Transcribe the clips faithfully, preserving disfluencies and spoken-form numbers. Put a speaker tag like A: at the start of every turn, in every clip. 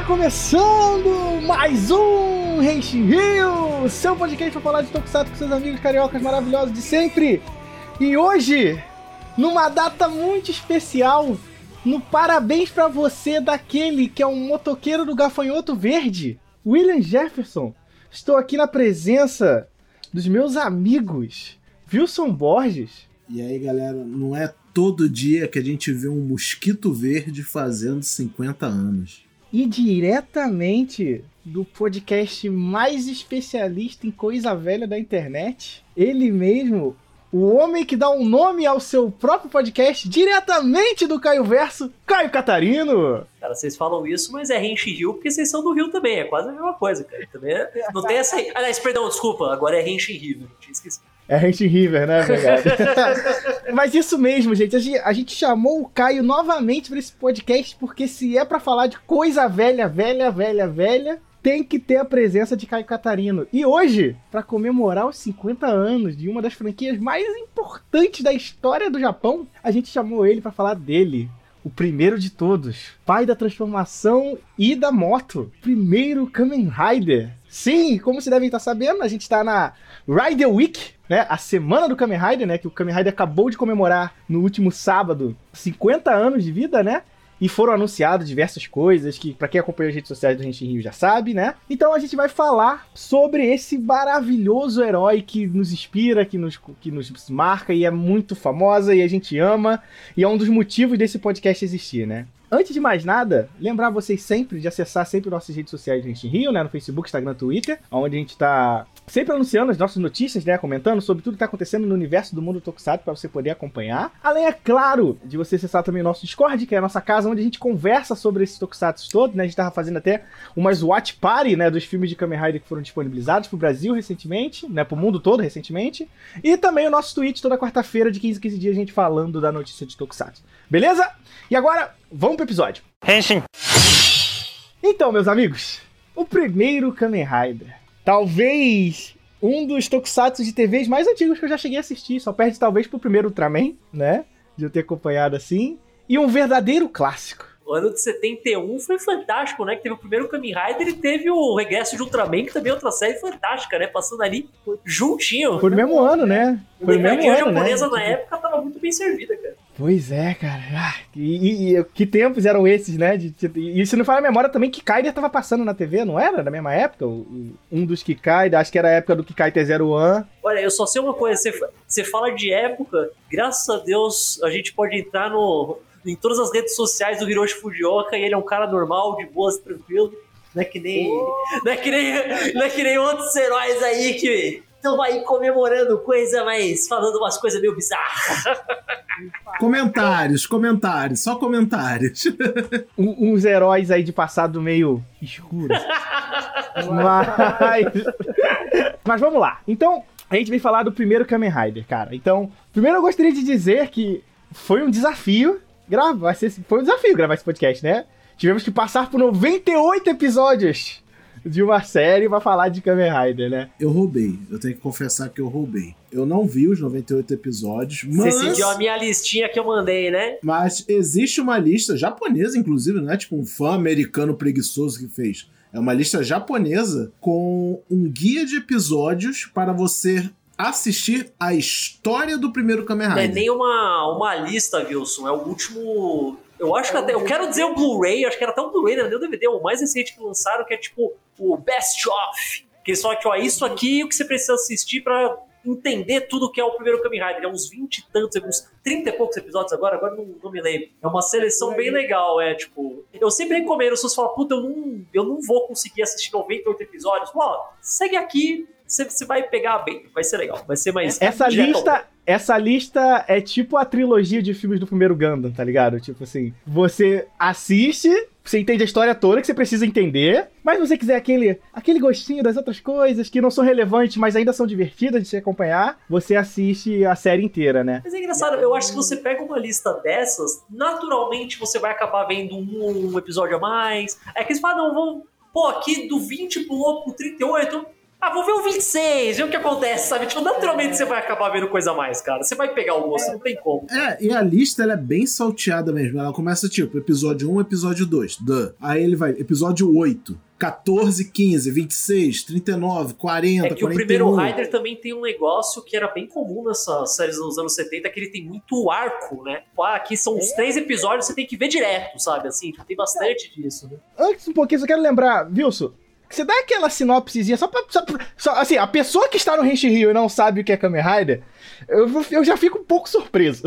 A: começando mais um Henshin Rio, seu podcast para falar de Tokusatsu com seus amigos cariocas maravilhosos de sempre. E hoje, numa data muito especial, no parabéns para você daquele que é um motoqueiro do gafanhoto verde, William Jefferson, estou aqui na presença dos meus amigos, Wilson Borges.
B: E aí, galera, não é todo dia que a gente vê um mosquito verde fazendo cinquenta anos.
A: E diretamente do podcast mais especialista em coisa velha da internet, ele mesmo, o homem que dá um nome ao seu próprio podcast, diretamente do Caio Verso, Caio Catarino.
C: Cara, vocês falam isso, mas é Henshin Rio porque vocês são do Rio também, é quase a mesma coisa, cara. Também é... Não tem essa aí. Aliás, perdão, desculpa, agora é Henshin Rio, tinha esquecido.
A: É Henshin River, né? Verdade. Mas isso mesmo, gente. A, gente. a gente chamou o Caio novamente para esse podcast porque se é para falar de coisa velha, velha, velha, velha, tem que ter a presença de Caio Catarino. E hoje, para comemorar os cinquenta anos de uma das franquias mais importantes da história do Japão, a gente chamou ele para falar dele. O primeiro de todos, pai da transformação e da moto, primeiro Kamen Rider. Sim, como vocês devem estar sabendo, a gente está na Rider Week, né? A semana do Kamen Rider, né? Que o Kamen Rider acabou de comemorar no último sábado cinquenta anos de vida, né? E foram anunciadas diversas coisas que, pra quem acompanha as redes sociais do Henshin Rio já sabe, né? Então a gente vai falar sobre esse maravilhoso herói que nos inspira, que nos, que nos marca e é muito famosa e a gente ama. E é um dos motivos desse podcast existir, né? Antes de mais nada, lembrar vocês sempre de acessar sempre nossas redes sociais do Henshin Rio, né? No Facebook, Instagram, Twitter, onde a gente tá sempre anunciando as nossas notícias, né? Comentando sobre tudo que tá acontecendo no universo do mundo Tokusatsu para você poder acompanhar. Além, é claro, de você acessar também o nosso Discord, que é a nossa casa onde a gente conversa sobre esses Tokusatsu todos, né? A gente tava fazendo até umas watch party, né? Dos filmes de Kamen Rider que foram disponibilizados pro Brasil recentemente, né? Pro mundo todo recentemente. E também o nosso Twitch toda quarta-feira de quinze em quinze dias a gente falando da notícia de Tokusatsu. Beleza? E agora, vamos pro episódio.
D: Henshin.
A: Então, meus amigos, o primeiro Kamen Rider. Talvez um dos Tokusatsu de T Vs mais antigos que eu já cheguei a assistir. Só perde talvez pro primeiro Ultraman, né? De eu ter acompanhado assim. E um verdadeiro clássico.
C: O ano de setenta e um foi fantástico, né? Que teve o primeiro Kamen Rider e teve o Regresso de Ultraman, que também é outra série fantástica, né? Passando ali juntinho.
A: Foi no mesmo ano, né? Foi no mesmo ano,
C: a japonesa
A: né?
C: na época tava muito bem servida, cara.
A: Pois é, cara. Ah, e, e, e que tempos eram esses, né? De, de, e se não falar a memória também, Kikaider tava passando na T V, não era? Na mesma época? O, um dos Kikaider, acho que era a época do Kikaider Zero One.
C: Olha, eu só sei uma coisa, você, você fala de época, graças a Deus a gente pode entrar no... em todas as redes sociais do Hiroshi Fujioka e ele é um cara normal, de boas, tranquilo. Não é que nem. Oh. Não, é que nem não é que nem outros heróis aí que estão aí comemorando coisa, mas falando umas coisas meio bizarras.
B: Comentários, comentários, só comentários.
A: Um, uns heróis aí de passado meio escuro. mas. Mas vamos lá. Então, a gente vem falar do primeiro Kamen Rider, cara. Então, primeiro eu gostaria de dizer que foi um desafio. Gravar, foi um desafio gravar esse podcast, né? Tivemos que passar por noventa e oito episódios de uma série pra falar de Kamen Rider, né?
B: Eu roubei, eu tenho que confessar que eu roubei. Eu não vi os noventa e oito episódios, mas...
C: Você seguiu a minha listinha que eu mandei, né?
B: Mas existe uma lista japonesa, inclusive, não é tipo um fã americano preguiçoso que fez. É uma lista japonesa com um guia de episódios para você assistir a história do primeiro Kamen Rider.
C: Não é nem uma, uma lista, Wilson. É o último... Eu acho que até... Eu quero dizer o Blu-ray. Acho que era até um Blu-ray, não era nem o D V D. O mais recente que lançaram, que é tipo o Best Of. Que eles falam que, ó, isso aqui é o que você precisa assistir pra entender tudo que é o primeiro Kamen Rider. É uns vinte e tantos, uns trinta e poucos episódios agora. Agora não, não me lembro. É uma seleção bem legal, é, tipo... Eu sempre recomendo. As pessoas falam, puta, eu não, eu não vou conseguir assistir noventa e oito episódios. Pô, segue aqui... Você vai pegar bem, vai ser legal, vai ser mais...
A: Essa lista, essa lista é tipo a trilogia de filmes do primeiro Gundam, tá ligado? Tipo assim, você assiste, você entende a história toda que você precisa entender, mas se você quiser aquele, aquele gostinho das outras coisas que não são relevantes, mas ainda são divertidas de se acompanhar, você assiste a série inteira, né?
C: Mas é engraçado, eu acho que você pega uma lista dessas, naturalmente você vai acabar vendo um, um episódio a mais, é que eles falam, não, vamos... Pô, aqui do vinte pulou pro trinta e oito... Ah, vou ver o vinte e seis, ver o que acontece, sabe? Tipo, naturalmente você vai acabar vendo coisa a mais, cara. Você vai pegar o gosto, é, não tem como.
B: É, e a lista, ela é bem salteada mesmo. Ela começa, tipo, episódio um, episódio dois. Duh. Aí ele vai, episódio oito. quatorze, quinze, vinte e seis, trinta e nove, quarenta,
C: É que
B: quarenta e um.
C: O primeiro Rider também tem um negócio que era bem comum nessas séries dos anos setenta, que ele tem muito arco, né? Ah, aqui são uns três episódios, você tem que ver direto, sabe? Assim, tem bastante disso, né?
A: Antes um pouquinho, só quero lembrar, Wilson, que você dá aquela sinopsezinha, só pra, só pra... Só, assim, a pessoa que está no Henshin Rio e não sabe o que é Kamen Rider, eu, eu já fico um pouco surpreso.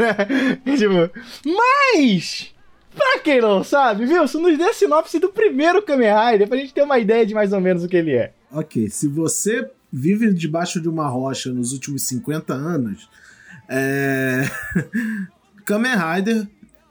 A: Tipo, mas... Pra quem não sabe, Wilson, nos dê a sinopse do primeiro Kamen Rider, pra gente ter uma ideia de mais ou menos o que ele é.
B: Ok, se você vive debaixo de uma rocha nos últimos cinquenta anos, é... Kamen Rider,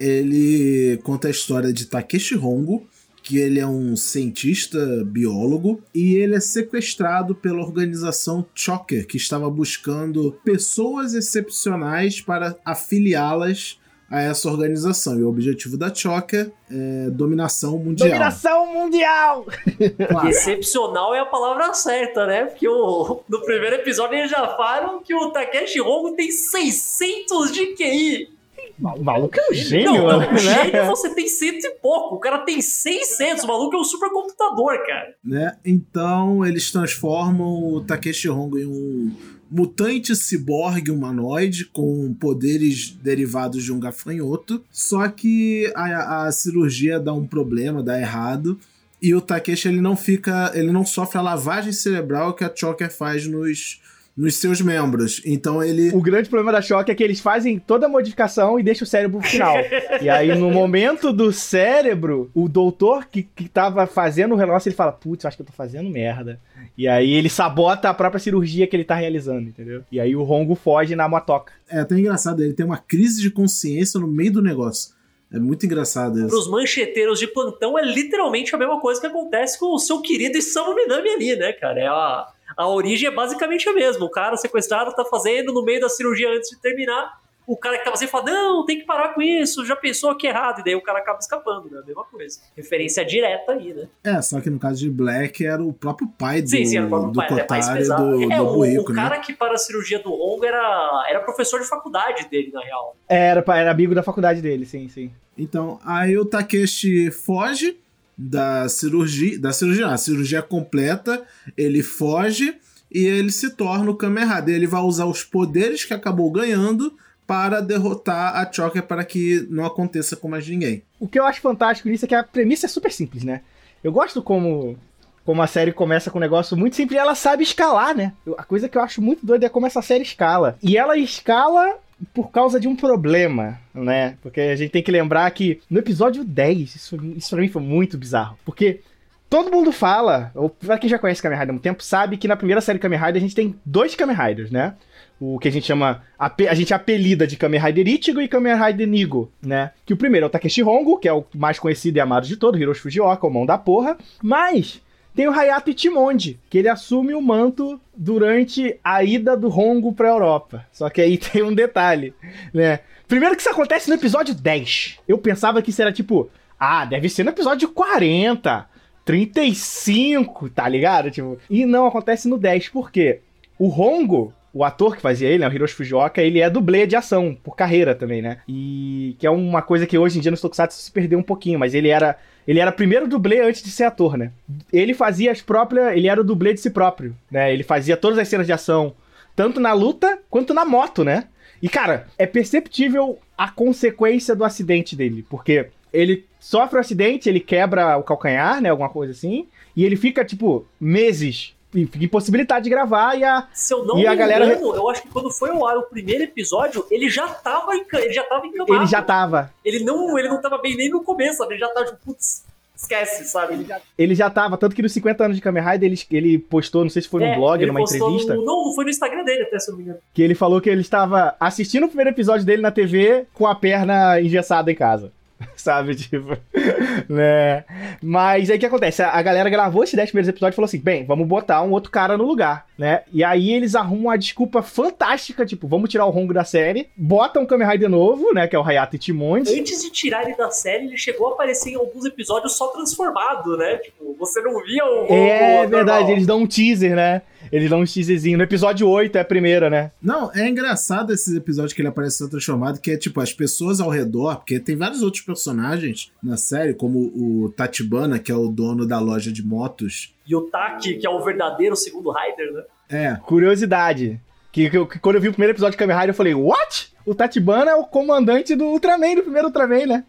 B: ele conta a história de Takeshi Hongo, que ele é um cientista biólogo, e ele é sequestrado pela organização Choker, que estava buscando pessoas excepcionais para afiliá-las a essa organização. E o objetivo da Choker é dominação mundial.
A: Dominação mundial!
C: Claro. Excepcional é a palavra certa, né? Porque o, no primeiro episódio eles já falam que o Takeshi Hongo tem seiscentos de Q I.
A: O maluco é um gênio,
C: não,
A: mano.
C: Não, né? Gênio você tem cento e pouco. O cara tem seiscentos. O maluco é um supercomputador, cara.
B: Né? Então eles transformam o Takeshi Hongo em um mutante ciborgue humanoide com poderes derivados de um gafanhoto. Só que a, a cirurgia dá um problema, dá errado. E o Takeshi ele não fica, ele não sofre a lavagem cerebral que a Choker faz nos, nos seus membros. Então ele...
A: O grande problema da Choker é que eles fazem toda a modificação e deixam o cérebro pro final. E aí, no momento do cérebro, o doutor que, que tava fazendo o relógio, ele fala, putz, eu acho que eu tô fazendo merda. E aí ele sabota a própria cirurgia que ele tá realizando, entendeu? E aí o Hongo foge na motoca.
B: É até engraçado, ele tem uma crise de consciência no meio do negócio. É muito engraçado isso.
C: Para os mancheteiros de plantão, é literalmente a mesma coisa que acontece com o seu querido Isamu Minami ali, né, cara? É a, a origem é basicamente a mesma. O cara sequestrado tá fazendo no meio da cirurgia antes de terminar. O cara que tava assim fala, não, tem que parar com isso, já pensou que é errado. E daí o cara acaba escapando, né? A mesma coisa. Referência direta aí, né?
B: É, só que no caso de Black era o próprio pai do,
C: sim, sim, era o próprio
B: do
C: pai,
B: Kotaro
C: é
B: do,
C: é,
B: do
C: o,
B: Buico,
C: o cara
B: né?
C: que para a cirurgia do Hongo era, era professor de faculdade dele, na real.
A: Era, era amigo da faculdade dele, sim, sim.
B: Então, aí o Takeshi foge da cirurgia, da cirurgia, a cirurgia completa, ele foge e ele se torna o Kamen Rider. Ele vai usar os poderes que acabou ganhando para derrotar a Choker para que não aconteça com mais ninguém.
A: O que eu acho fantástico nisso é que a premissa é super simples, né? Eu gosto como, como a série começa com um negócio muito simples e ela sabe escalar, né? A coisa que eu acho muito doida é como essa série escala. E ela escala por causa de um problema, né? Porque a gente tem que lembrar que no episódio dez, isso, isso pra mim foi muito bizarro. Porque todo mundo fala, ou pra quem já conhece Kamen Rider há muito tempo, sabe que na primeira série Kamen Rider a gente tem dois Kamen Riders, né? O que a gente chama, a gente apelida de Kamen Rider Ichigo e Kamen Rider Nigo, né? Que o primeiro é o Takeshi Hongo, que é o mais conhecido e amado de todo, Hiroshi Fujioka, o mão da porra. Mas tem o Hayato Ichimonji, que ele assume o manto durante a ida do Hongo pra Europa. Só que aí tem um detalhe, né? Primeiro que isso acontece no episódio dez. Eu pensava que isso era tipo, ah, deve ser no episódio quarenta, trinta e cinco, tá ligado? Tipo, e não acontece no dez, por quê? O Hongo, o ator que fazia ele, né, o Hiroshi Fujioka, ele é dublê de ação, por carreira também, né? E que é uma coisa que hoje em dia nos Tokusatsu se perdeu um pouquinho, mas ele era, ele era primeiro dublê antes de ser ator, né? Ele fazia as próprias, ele era o dublê de si próprio, né? Ele fazia todas as cenas de ação, tanto na luta quanto na moto, né? E, cara, é perceptível a consequência do acidente dele, porque ele sofre um acidente, ele quebra o calcanhar, né, alguma coisa assim, e ele fica, tipo, meses fica impossibilitado de gravar e a
C: Se eu não
A: e
C: me
A: a galera
C: engano, eu acho que quando foi ao ar o primeiro episódio, ele já tava em, ele já tava encamado.
A: Ele já tava.
C: Ele não, ele não tava bem nem no começo, sabe? Ele já tava tipo, putz, esquece, sabe? Ele já...
A: ele já tava, tanto que nos cinquenta anos de Kamen Rider ele, ele postou, não sei se foi no
C: é,
A: blog, numa entrevista.
C: No, não, foi no Instagram dele até, se eu não me engano.
A: Que ele falou que ele estava assistindo o primeiro episódio dele na T V com a perna engessada em casa. sabe, tipo, né? Mas aí o que acontece? A galera gravou esses dez primeiros episódios e falou assim, bem, vamos botar um outro cara no lugar, né? E aí eles arrumam uma desculpa fantástica, tipo, vamos tirar o Hongo da série, botam um Kamen Rider novo, né, que é o Hayato Ichimonji.
C: Antes de tirar ele da série, ele chegou a aparecer em alguns episódios só transformado, né? Tipo, você não via o Hongo
A: É
C: normal.
A: verdade, eles dão um teaser, né? Eles dão um teaserzinho. No episódio oito é a primeira, né?
B: Não, é engraçado esses episódios que ele aparece sendo transformado, que é tipo, as pessoas ao redor, porque tem vários outros personagens na série, como o Tachibana, que é o dono da loja de motos.
C: E o Taki, que é o verdadeiro segundo Rider, né?
B: É.
A: Curiosidade. Que, que, que quando eu vi o primeiro episódio de Kamen Rider, eu falei, what? O Tachibana é o comandante do Ultraman, do primeiro Ultraman, né?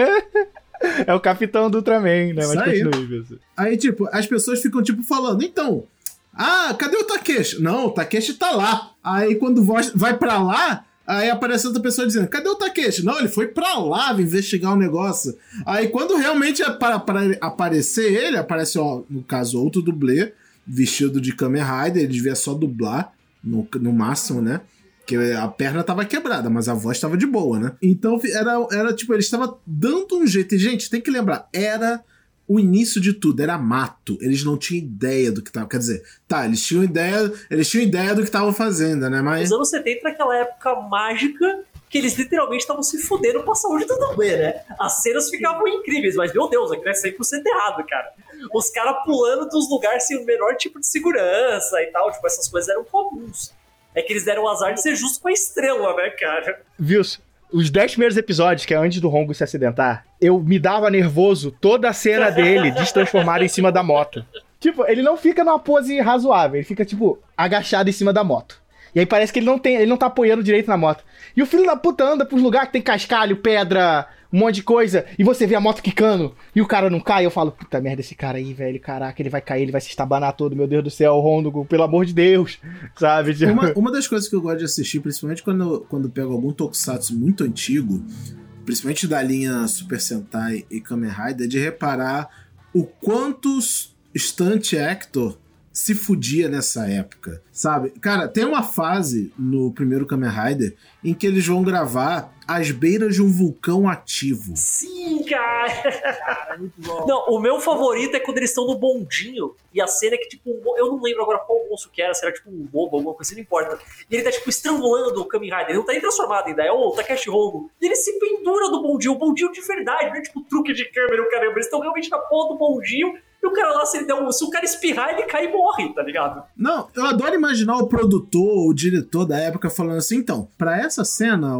A: É o capitão do Ultraman, né?
B: Isso
A: Mas
B: aí.
A: continue, pessoal.
B: Aí, tipo, as pessoas ficam, tipo, falando, então... Ah, cadê o Takeshi? Não, o Takeshi tá lá. Aí quando vai pra lá, aí aparece outra pessoa dizendo, cadê o Takeshi? Não, ele foi pra lá investigar o negócio. Aí quando realmente é para, para aparecer ele, aparece, ó, no caso, outro dublê, vestido de Kamen Rider, ele devia só dublar, no, no máximo, né? Porque a perna tava quebrada, mas a voz tava de boa, né? Então era, era tipo, ele estava dando um jeito. E, gente, tem que lembrar, era... O início de tudo era mato. Eles não tinham ideia do que tava... Quer dizer, tá, eles tinham ideia, eles tinham ideia do que estavam fazendo, né? Mas...
C: Os anos setenta era aquela época mágica que eles literalmente estavam se fudendo pra saúde do dublê, né? As cenas ficavam incríveis, mas, meu Deus, aquilo é cem por cento errado, cara. Os caras pulando dos lugares sem o menor tipo de segurança e tal. Tipo, essas coisas eram comuns. É que eles deram o azar de ser justo com a estrela, né, cara?
A: Wilson, os dez primeiros episódios, que é antes do Hongo se acidentar, eu me dava nervoso toda a cena dele destransformado em cima da moto. Tipo, ele não fica numa pose razoável, ele fica, tipo, agachado em cima da moto. E aí parece que ele não tem, ele não tá apoiando direito na moto. E o filho da puta anda pros lugares que tem cascalho, pedra, um monte de coisa, e você vê a moto quicando, e o cara não cai, eu falo, puta merda, esse cara aí, velho, caraca, ele vai cair, ele vai se estabanar todo, meu Deus do céu, Hongo, pelo amor de Deus, sabe? Tipo...
B: Uma, uma das coisas que eu gosto de assistir, principalmente quando eu, quando eu pego algum tokusatsu muito antigo, principalmente da linha Super Sentai e Kamen Rider, é de reparar o quantos stunt actor se fudia nessa época, sabe? Cara, tem uma fase no primeiro Kamen Rider em que eles vão gravar às beiras de um vulcão ativo.
C: Sim, cara! Cara, muito bom. Não, o meu favorito é quando eles estão no bondinho e a cena é que, tipo, eu não lembro agora qual monstro que era, se era tipo um bobo, alguma coisa, não importa. E ele tá, tipo, estrangulando o Kamen Rider. Ele não tá nem transformado ainda, é o Takeshi Hongo. E ele se pendura do bondinho, o bondinho de verdade, não é tipo truque de câmera, o caramba. Eles estão realmente na ponta do bondinho. E o cara lá, se, ele der um, se o cara espirrar, ele cai e morre, tá ligado?
B: Não, eu adoro imaginar o produtor, o diretor da época falando assim, então, pra essa cena,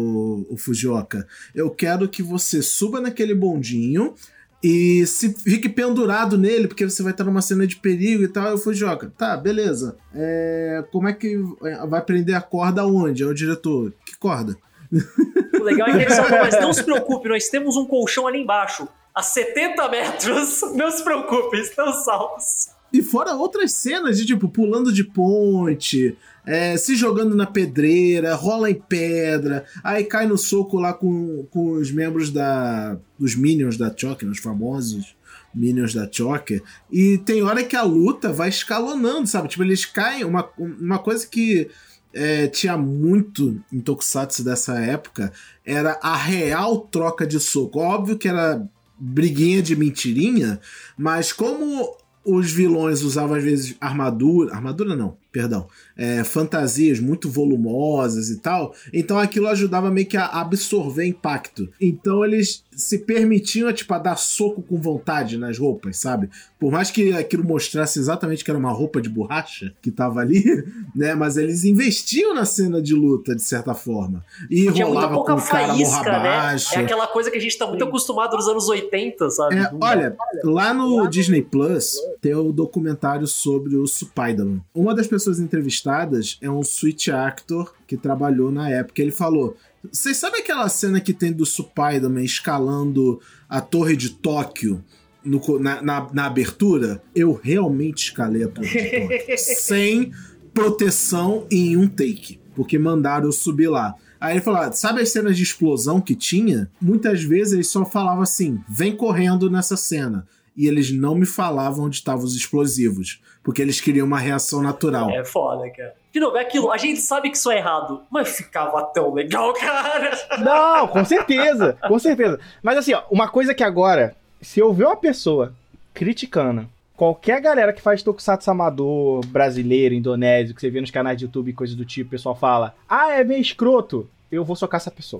B: o, o Fujioka, eu quero que você suba naquele bondinho e se fique pendurado nele, porque você vai estar numa cena de perigo e tal. Aí o Fujioka, tá, beleza. É, como é que vai prender a corda aonde? É o diretor, que corda?
C: O legal é que eles falam, mas não se preocupe, nós temos um colchão ali embaixo. A setenta metros, não se preocupe, estamos salvos.
B: E fora outras cenas de, tipo, pulando de ponte, é, se jogando na pedreira, rola em pedra, aí cai no soco lá com, com os membros da, dos Minions da Choker, os famosos Minions da Choker. E tem hora que a luta vai escalonando, sabe? Tipo, eles caem... Uma, uma coisa que... É, tinha muito em Tokusatsu dessa época era a real troca de soco. Óbvio que era briguinha de mentirinha, mas como os vilões usavam às vezes armadura, armadura não, perdão, é, fantasias muito volumosas e tal, então aquilo ajudava meio que a absorver impacto. Então eles se permitiam, tipo, a dar soco com vontade nas roupas, sabe? Por mais que aquilo mostrasse exatamente que era uma roupa de borracha que tava ali, né? Mas eles investiam na cena de luta, de certa forma. E
C: tinha
B: rolava
C: muita pouca
B: com o cara
C: faísca,
B: morra
C: né?
B: abaixo.
C: É aquela coisa que a gente tá muito acostumado nos anos oitenta, sabe?
B: É, olha, lá no Disney Plus tem o documentário sobre o Spider-Man. Uma das pessoas entrevistadas é um switch actor que trabalhou na época. Ele falou: vocês sabem aquela cena que tem do Spider-Man escalando a torre de Tóquio no, na, na, na abertura? Eu realmente escalei a torre de Tóquio sem proteção em um take, porque mandaram eu subir lá. Aí ele falou, sabe as cenas de explosão que tinha? Muitas vezes ele só falava assim, vem correndo nessa cena. e eles não me falavam onde estavam os explosivos, porque eles queriam uma reação natural.
C: É foda, cara. De novo, é aquilo, a gente sabe que isso é errado, mas ficava tão legal, cara.
A: Não, com certeza, com certeza. Mas assim, ó, uma coisa que agora, se eu ver uma pessoa criticando qualquer galera que faz tokusatsu amador, brasileiro, indonésio, que você vê nos canais de YouTube e coisas do tipo, o pessoal fala, ah, é meio escroto. Eu vou socar essa pessoa.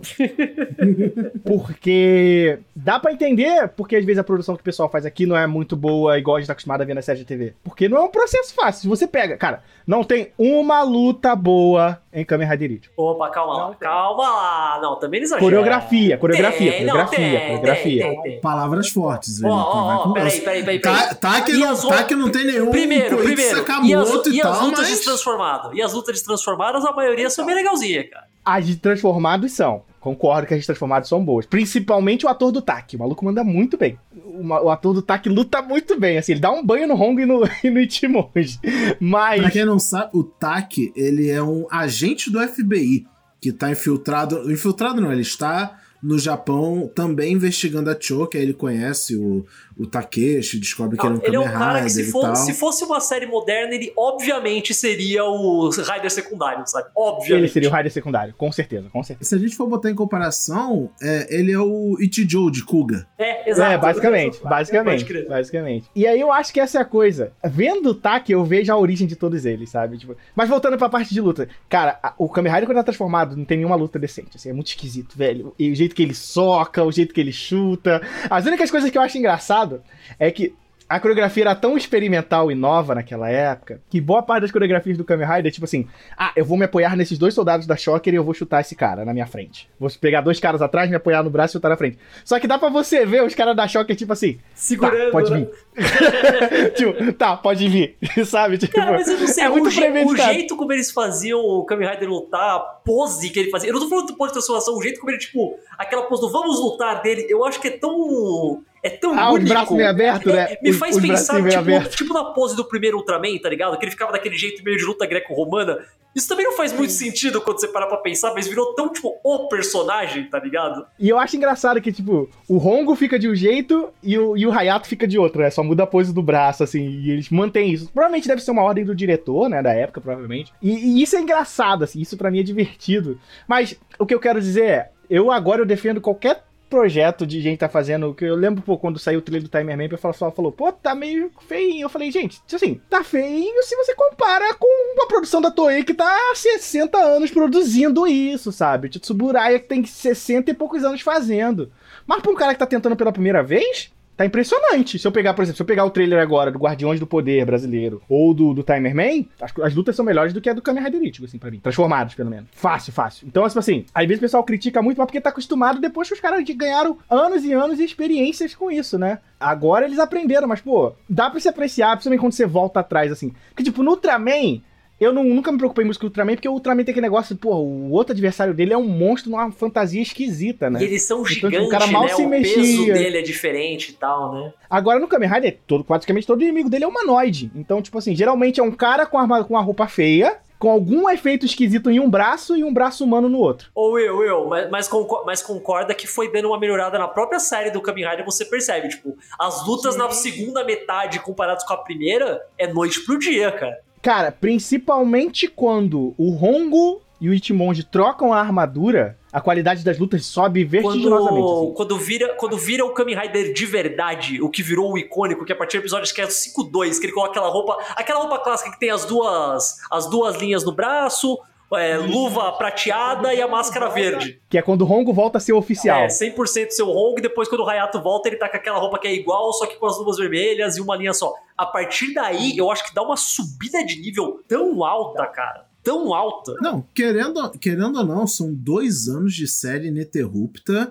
A: Porque dá pra entender porque às vezes a produção que o pessoal faz aqui não é muito boa, igual a gente tá acostumado a ver na série de T V. Porque não é um processo fácil. Se você pega, cara, não tem uma luta boa em Kamen Rider Ichigo.
C: Opa, calma lá,
A: Não tem.
C: calma lá. Não, também eles exageram.
A: Coreografia, coreografia,
C: Tem, não,
A: coreografia,
C: tem,
A: coreografia.
C: tem, tem, tem.
B: Palavras fortes.
C: Ó, ó, ó, peraí, peraí, peraí.
B: Tá, tá, que
C: E
B: não,
C: as
B: tá
C: outras-
B: que não tem nenhum
C: Primeiro,
B: Koichi
C: primeiro.
B: Sakamoto
C: E as,
B: e,
C: e as
B: tal,
C: lutas
B: mas...
C: destransformadas? E as lutas destransformadas, a maioria são bem legalzinhas, cara.
A: As de transformados são. Concordo que as de transformados são boas. Principalmente o ator do Taki. O maluco manda muito bem. O, ma- o ator do Taki luta muito bem. Assim, ele dá um banho no Hong e no, e no Ichimonji. Mas...
B: Pra quem não sabe, o Taki, ele é um agente do F B I que tá infiltrado... Infiltrado não, ele está no Japão também investigando a Cho, que aí ele conhece o, o Takeshi, descobre que
C: Não,
B: ele é um
C: ele é
B: Kamen
C: um cara que
B: Rider
C: se,
B: e
C: for-
B: tal.
C: se fosse uma série moderna, ele obviamente seria o Rider secundário, sabe? Obviamente.
A: ele seria o Rider secundário. Com certeza, com certeza.
B: Se a gente for botar em comparação, é, ele é o Ichijo de Kuga.
C: É, exato.
A: É, basicamente,
C: Pode
A: basicamente,
C: crer.
A: basicamente. E aí eu acho que essa é a coisa. Vendo o Taki, eu vejo a origem de todos eles, sabe? Tipo, mas voltando pra parte de luta. Cara, a- o Kamen Rider quando tá transformado, não tem nenhuma luta decente, assim, é muito esquisito, velho. E o jeito que ele soca, o jeito que ele chuta. As únicas coisas que eu acho engraçado é que a coreografia era tão experimental e nova naquela época, que boa parte das coreografias do Kamen Rider é tipo assim, ah, eu vou me apoiar nesses dois soldados da Shocker e eu vou chutar esse cara na minha frente. Vou pegar dois caras atrás, me apoiar no braço e chutar na frente. Só que dá pra você ver os caras da Shocker tipo assim,
C: Segurando,
A: tá, pode
C: né?
A: vir. Tipo, tá, pode vir, sabe? Tipo,
C: Cara, mas eu não sei,
A: é
C: o,
A: muito
C: je- o
A: premeditado.
C: jeito como eles faziam o Kamen Rider lutar, a pose que ele fazia. Eu não tô falando do pose de transformação, o jeito como ele, tipo, aquela pose do vamos lutar dele, eu acho que é tão. É tão
A: Ah, os
C: único.
A: braços meio abertos, né?
C: É, me
A: Os-
C: faz
A: os
C: pensar,
A: bracinhos meio
C: tipo,
A: abertos.
C: tipo na pose do primeiro Ultraman, tá ligado? Que ele ficava daquele jeito meio de luta greco-romana. Isso também não faz muito sentido quando você parar pra pensar, mas virou tão, tipo, o personagem, tá ligado?
A: E eu acho engraçado que, tipo, o Hongo fica de um jeito e o, e o Hayato fica de outro, né? Só muda a pose do braço, assim, e eles mantêm isso. Provavelmente deve ser uma ordem do diretor, né? Da época, provavelmente. E, e isso é engraçado, assim, isso pra mim é divertido. Mas o que eu quero dizer é, eu agora eu defendo qualquer projeto de gente tá fazendo, que eu lembro, pô, quando saiu o trailer do Timer Man, o pessoal falou, pô, tá meio feinho. Eu falei, gente, assim, tá feinho se você compara com a produção da Toei que tá há sessenta anos produzindo isso, sabe? O Tsuburaya que tem sessenta e poucos anos fazendo. Mas pra um cara que tá tentando pela primeira vez, tá impressionante. Se eu pegar, por exemplo, se eu pegar o trailer agora do Guardiões do Poder brasileiro ou do, do Timer Man, as, as lutas são melhores do que a do Kamen Rider Ichigo, assim, pra mim. Transformados, pelo menos. Fácil, fácil. Então, assim, assim, às vezes o pessoal critica muito, mas porque tá acostumado depois que os caras ganharam anos e anos de experiências com isso, né? Agora eles aprenderam, mas, pô, dá pra se apreciar, principalmente quando você volta atrás, assim. Porque, tipo, no Ultraman, eu não, nunca me preocupei muito com o Ultraman, porque o Ultraman tem aquele negócio, pô, o outro adversário dele é um monstro numa fantasia esquisita, né?
C: E eles são
A: Então,
C: gigantes,
A: tipo, o cara mal
C: né?
A: se
C: O peso
A: mexia.
C: dele é diferente e tal, né?
A: Agora no Kamen Rider, todo, praticamente todo inimigo dele é humanoide. Então, tipo assim, geralmente é um cara com, arma, com a roupa feia, com algum efeito esquisito em um braço e um braço humano no outro.
C: Ô Will, Will, mas, mas, concor- mas concorda que foi dando uma melhorada na própria série do Kamen Rider, você percebe, tipo, as lutas
A: Sim.
C: na segunda metade comparadas com a primeira é noite pro dia, cara.
A: Cara, principalmente quando o Hongo e o Ichimonji trocam a armadura, a qualidade das lutas sobe vertiginosamente.
C: Quando,
A: assim.
C: quando, vira, quando vira o Kamen Rider de verdade, o que virou o icônico, que a partir do episódio acho que é o cinco dois, que ele coloca aquela roupa, aquela roupa clássica que tem as duas, as duas linhas no braço, é, luva prateada e a máscara verde.
A: Que é quando o Hongo volta a ser oficial.
C: É, cem por cento seu Hong, depois quando o Hayato volta, ele tá com aquela roupa que é igual, só que com as luvas vermelhas e uma linha só. A partir daí, eu acho que dá uma subida de nível tão alta, cara. Tão alta.
B: Não, querendo, querendo ou não, são dois anos de série ininterrupta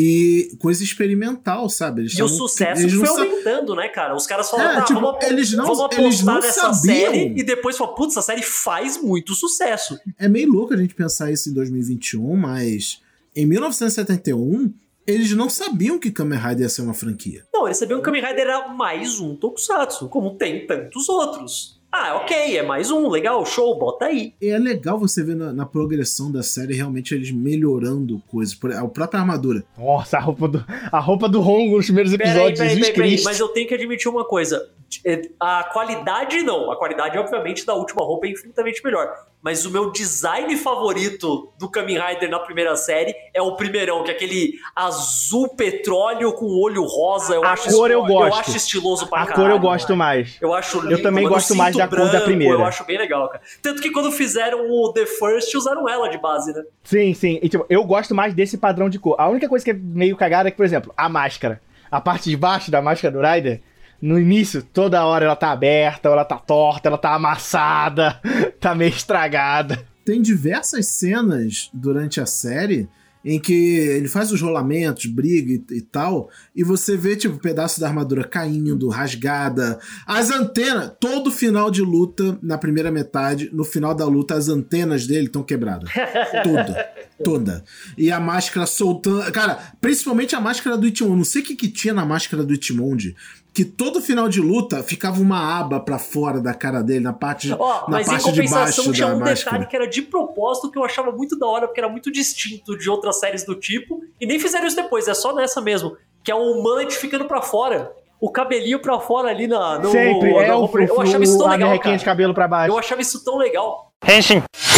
B: e coisa experimental, sabe? Eles
C: E o
B: tavam-
C: sucesso
B: eles não
C: foi
B: sa-
C: aumentando, né, cara? Os caras falaram,
B: É,
C: tá,
B: tipo,
C: vamos,
B: eles não-
C: vamos
B: eles
C: apostar
B: não
C: nessa
B: sabiam.
C: série e depois falar, putz, essa série faz muito sucesso.
B: É meio louco a gente pensar isso em dois mil e vinte e um, mas em mil novecentos e setenta e um, eles não sabiam que Kamen Rider ia ser uma franquia.
C: Não, eles sabiam que o Kamen Rider era mais um Tokusatsu, como tem tantos outros. Ah, ok, é mais um, legal, show, bota aí.
B: É legal você ver na, na progressão da série realmente eles melhorando coisas. Por, a própria armadura.
A: Nossa, a roupa do, a roupa do Hongo nos primeiros episódios.
C: Peraí, peraí, peraí,
A: Cristo.
C: mas eu tenho que admitir uma coisa. A qualidade não, a qualidade obviamente da última roupa é infinitamente melhor. Mas o meu design favorito do Kamen Rider na primeira série é o primeirão, que é aquele azul petróleo com olho rosa. Eu
A: a
C: acho
A: cor eu gosto.
C: Eu acho estiloso pra
A: a
C: caralho.
A: A cor eu gosto mano. mais.
C: Eu acho lindo,
A: Eu também
C: mano,
A: gosto mais da
C: branco,
A: cor da primeira.
C: Eu acho bem legal, cara. Tanto que quando fizeram o The First, usaram ela de base, né?
A: Sim, sim. E, tipo, eu gosto mais desse padrão de cor. A única coisa que é meio cagada é que, por exemplo, a máscara. A parte de baixo da máscara do Rider, no início, toda hora ela tá aberta, ela tá torta, ela tá amassada, tá meio estragada.
B: Tem diversas cenas durante a série em que ele faz os rolamentos, briga e, e tal, e você vê, tipo, pedaço da armadura caindo, rasgada, as antenas, todo final de luta, na primeira metade, no final da luta, as antenas dele estão quebradas. Toda. Toda. E a máscara soltando... Cara, principalmente a máscara do Ichimonde. Não sei o que, que tinha na máscara do Ichimonde, que todo final de luta ficava uma aba pra fora da cara dele, na parte, oh, na
C: mas
B: parte
C: em compensação
B: de baixo
C: tinha
B: da
C: um
B: máscara.
C: Detalhe que era de propósito, que eu achava muito da hora, porque era muito distinto de outras séries do tipo, e nem fizeram isso depois, é só nessa mesmo, que é o mullet ficando pra fora. O cabelinho pra fora ali na... No,
A: Sempre,
C: no,
A: é
C: no,
A: o,
C: no, Eu achava isso tão legal, cara.
A: De cabelo pra baixo.
C: Eu achava isso tão legal.
A: Henshin.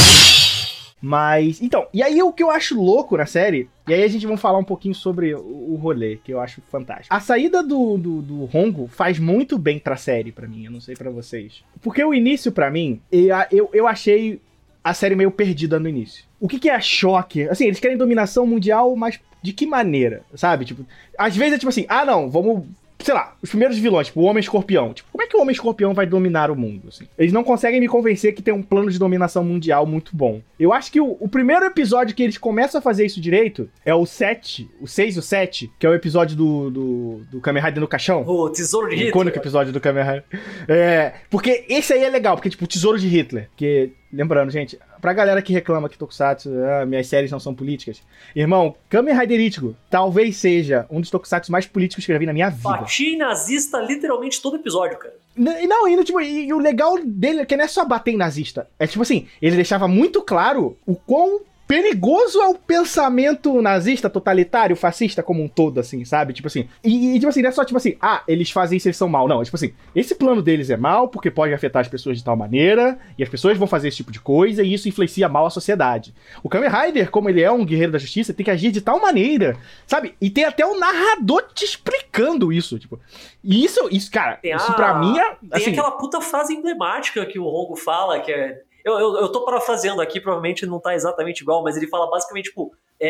A: Mas, então, e aí o que eu acho louco na série, e aí a gente vai falar um pouquinho sobre o, o rolê, que eu acho fantástico. A saída do, do, do Hongo faz muito bem pra série, pra mim, eu não sei pra vocês. Porque o início, pra mim, eu, eu, eu achei a série meio perdida no início. O que que é choque? Assim, eles querem dominação mundial, mas de que maneira, sabe? Tipo, às vezes é tipo assim, ah não, vamos... Sei lá, os primeiros vilões, tipo o Homem-Escorpião. Tipo, como é que o Homem-Escorpião vai dominar o mundo, assim? Eles não conseguem me convencer que tem um plano de dominação mundial muito bom. Eu acho que o, o primeiro episódio que eles começam a fazer isso direito é o sete, o seis e o sete, que é o episódio do, do, do Kamen Rider no caixão.
C: O Tesouro de Hitler.
A: O icônico episódio do Kamen Rider. É, porque esse aí é legal, porque tipo, o Tesouro de Hitler, que... Lembrando, gente, pra galera que reclama que Tokusatsu, ah, minhas séries não são políticas, irmão, Kamen Rider Ichigo talvez seja um dos Tokusatsu mais políticos que eu já vi na minha vida.
C: Bati nazista literalmente todo episódio, cara.
A: N- não, e, tipo, e, e o legal dele é que não é só bater em nazista. É tipo assim, ele deixava muito claro o quão perigoso é o pensamento nazista, totalitário, fascista como um todo, assim, sabe? Tipo assim, e, e tipo assim, não é só tipo assim, ah, eles fazem isso, eles são mal. Não, é tipo assim, esse plano deles é mal porque pode afetar as pessoas de tal maneira, e as pessoas vão fazer esse tipo de coisa, e isso influencia mal a sociedade. O Kamen Rider, como ele é um guerreiro da justiça, tem que agir de tal maneira, sabe? E tem até o narrador te explicando isso, tipo. E isso, isso cara,
C: tem
A: isso
C: a...
A: pra mim é...
C: Tem
A: assim,
C: aquela puta frase emblemática que o Hongo fala, que é... Eu, eu, eu tô parafraseando aqui, provavelmente não tá exatamente igual, mas ele fala basicamente, tipo,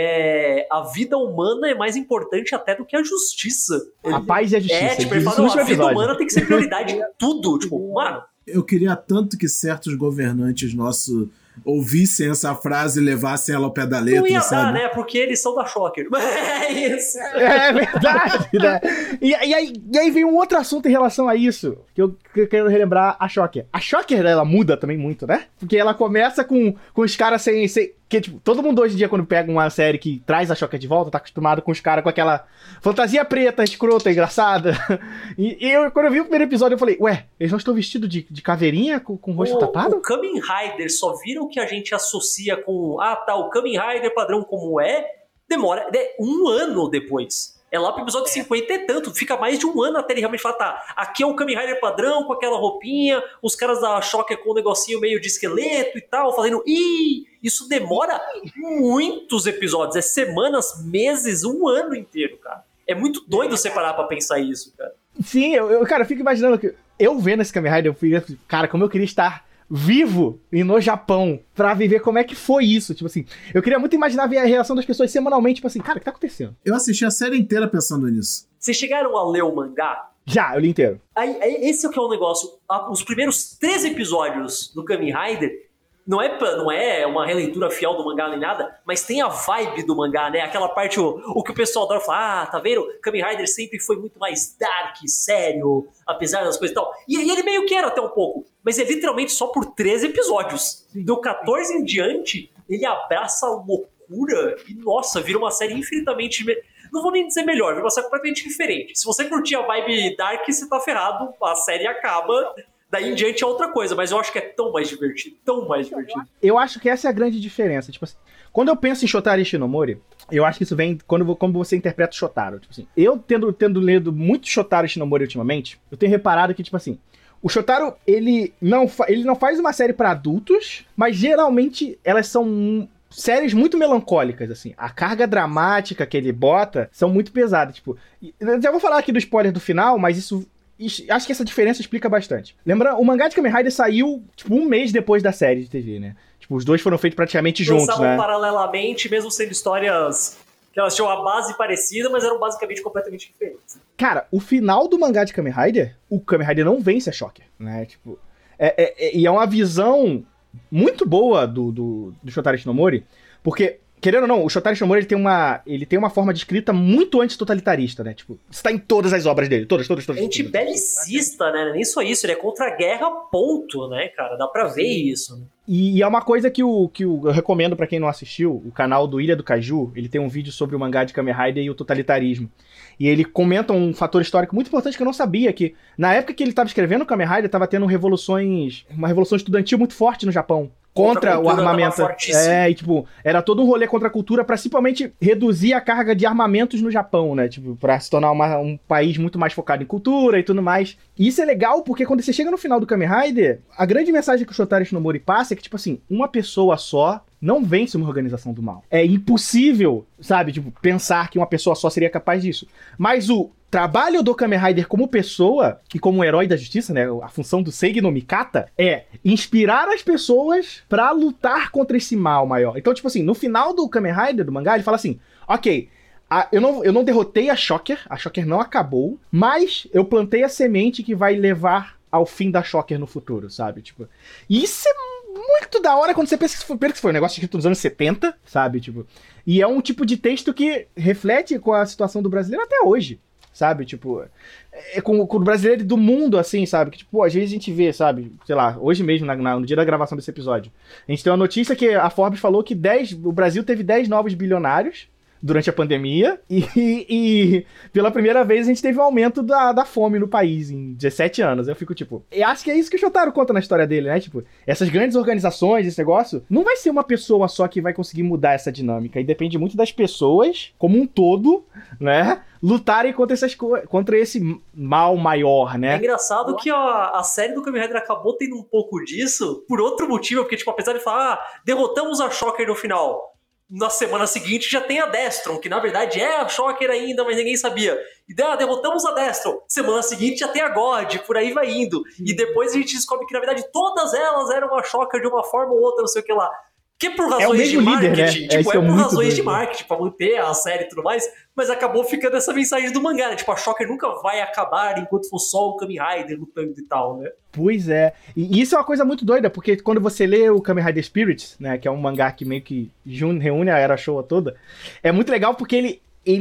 C: é, a vida humana é mais importante até do que a justiça.
A: A ele, paz e a justiça.
C: É, tipo, ele fala, não, a vida episódio. humana tem que ser prioridade em tudo. Tipo, mano...
B: Eu queria tanto que certos governantes nossos ouvissem essa frase e levassem ela ao pé da letra,
C: não ia
B: sabe?
C: dar, né? Porque eles são da Shocker. É isso.
A: É verdade, né? E, e, aí, e aí vem um outro assunto em relação a isso, que eu, que eu quero relembrar a Shocker. A Shocker, ela muda também muito, né? Porque ela começa com, com os caras sem... sem que, tipo, todo mundo hoje em dia, quando pega uma série que traz a Shocker de volta, tá acostumado com os caras com aquela fantasia preta, escrota, engraçada. E, e eu, quando eu vi o primeiro episódio, eu falei, ué, eles não estão vestidos de, de caveirinha com, com o rosto
C: o,
A: tapado?
C: O Kamen Rider só vira o que a gente associa com, ah, tá, o Kamen Rider padrão como é, demora é, um ano depois. É lá pro episódio é. cinquenta e tanto, fica mais de um ano até ele realmente falar, tá, aqui é o Kamen Rider padrão, com aquela roupinha, os caras da Shocker com um negocinho meio de esqueleto e tal, fazendo, ih, isso demora muitos episódios, é semanas, meses, um ano inteiro, cara. É muito doido você parar pra pensar isso, cara.
A: Sim, eu, eu cara, eu fico imaginando que eu vendo esse Kamen Rider, eu fico, cara, como eu queria estar vivo e no Japão pra viver como é que foi isso, tipo assim, eu queria muito imaginar ver a reação das pessoas semanalmente, tipo assim, cara, o que tá acontecendo?
B: Eu assisti a série inteira pensando nisso.
C: Vocês chegaram a ler o mangá?
A: Já, eu li inteiro.
C: Aí, aí, esse é o que é o negócio, os primeiros três episódios do Kamen Rider não é, não é uma releitura fiel do mangá nem nada, mas tem a vibe do mangá, né? Aquela parte, o, o que o pessoal adora falar, ah, tá vendo? Kamen Rider sempre foi muito mais dark, sério, apesar das coisas e tal. E, e ele meio que era até um pouco, mas é literalmente só por treze episódios. Do quatorze em diante, ele abraça a loucura e, nossa, vira uma série infinitamente... Me... Não vou nem dizer melhor, vira uma série completamente diferente. Se você curtir a vibe dark, você tá ferrado, a série acaba... Daí em diante é outra coisa, mas eu acho que é tão mais divertido, tão mais divertido.
A: Eu acho que essa é a grande diferença. Tipo assim, quando eu penso em Shotaro Ishinomori, eu acho que isso vem quando como você interpreta o Shotaro. Tipo assim, eu tendo, tendo lido muito Shotaro Ishinomori ultimamente, eu tenho reparado que, tipo assim, o Shotaro, ele não, ele não faz uma série pra adultos, mas geralmente elas são séries muito melancólicas, assim. A carga dramática que ele bota são muito pesadas, tipo... Eu já vou falar aqui do spoiler do final, mas isso... Acho que essa diferença explica bastante. Lembra, o mangá de Kamen Rider saiu, tipo, um mês depois da série de T V, né? Tipo, os dois foram feitos praticamente juntos,
C: Lançavam
A: né?
C: paralelamente, mesmo sendo histórias que elas tinham a base parecida, mas eram basicamente completamente diferentes.
A: Cara, o final do mangá de Kamen Rider, o Kamen Rider não vence a Shocker, né? Tipo... É, é, é, e é uma visão muito boa do, do, do Shotaro Ishinomori, porque, querendo ou não, o Shotaro Ishinomori ele tem, uma, ele tem uma forma de escrita muito antitotalitarista, né? Tipo, isso tá em todas as obras dele, todas, todas, todas.
C: Antibelicista, né? Nem só isso, ele é contra a guerra, ponto, né, cara? Dá pra ver isso, né?
A: E, e é uma coisa que, o, que o, eu recomendo pra quem não assistiu, o canal do Ilha do Caju, ele tem um vídeo sobre o mangá de Kamen Rider e o totalitarismo. E ele comenta um fator histórico muito importante que eu não sabia, que na época que ele estava escrevendo o Kamen Rider, estava tendo revoluções, uma revolução estudantil muito forte no Japão. Contra o armamento. É, e tipo, era todo um rolê contra a cultura pra simplesmente reduzir a carga de armamentos no Japão, né? Tipo, pra se tornar uma, um país muito mais focado em cultura e tudo mais. E isso é legal porque quando você chega no final do Kamen Rider, a grande mensagem que o Shotaro Ishinomori passa é que, tipo assim, uma pessoa só não vence uma organização do mal. É impossível, sabe, tipo, pensar que uma pessoa só seria capaz disso. Mas o trabalho do Kamen Rider como pessoa e como herói da justiça, né, a função do Seigi no Mikata é inspirar as pessoas pra lutar contra esse mal maior. Então, tipo assim, no final do Kamen Rider, do mangá, ele fala assim, ok, a, eu, não, eu não derrotei a Shocker, a Shocker não acabou, mas eu plantei a semente que vai levar ao fim da Shocker no futuro, sabe? Tipo, e isso é muito da hora quando você pensa que foi, que foi um negócio escrito nos anos setenta, sabe? Tipo, e é um tipo de texto que reflete com a situação do brasileiro até hoje, sabe? Tipo, é com, com o brasileiro do mundo, assim, sabe? Que, tipo, às vezes a gente vê, sabe? Sei lá, hoje mesmo, na, na, no dia da gravação desse episódio, a gente tem uma notícia que a Forbes falou que dez, o Brasil teve dez novos bilionários durante a pandemia e, e, e pela primeira vez a gente teve um aumento da, da fome no país em dezessete anos. Eu fico tipo, eu acho que é isso que o Shotaro conta na história dele, né? Tipo, essas grandes organizações, esse negócio, não vai ser uma pessoa só que vai conseguir mudar essa dinâmica, e depende muito das pessoas como um todo, né? Lutarem contra, essas co- contra esse mal maior, né?
C: É engraçado que a, a série do Kamen Rider acabou tendo um pouco disso por outro motivo, porque, tipo, apesar de falar, ah, derrotamos a Shocker no final, na semana seguinte já tem a Destron, que na verdade é a Shocker ainda, mas ninguém sabia. E ah, derrotamos a Destron. Semana seguinte já tem a God, por aí vai indo. E depois a gente descobre que na verdade todas elas eram a Shocker de uma forma ou outra, não sei o que lá. Que por razões
A: é
C: de marketing,
A: líder, né?
C: tipo, é,
A: é
C: por razões
A: doido.
C: de marketing, pra manter a série e tudo mais, mas acabou ficando essa mensagem do mangá, né? Tipo, a Shocker nunca vai acabar enquanto for só o Kamen Rider lutando e tal, né?
A: Pois é. E isso é uma coisa muito doida, porque quando você lê o Kamen Rider Spirits, né, que é um mangá que meio que reúne a Era Showa toda, é muito legal porque ele,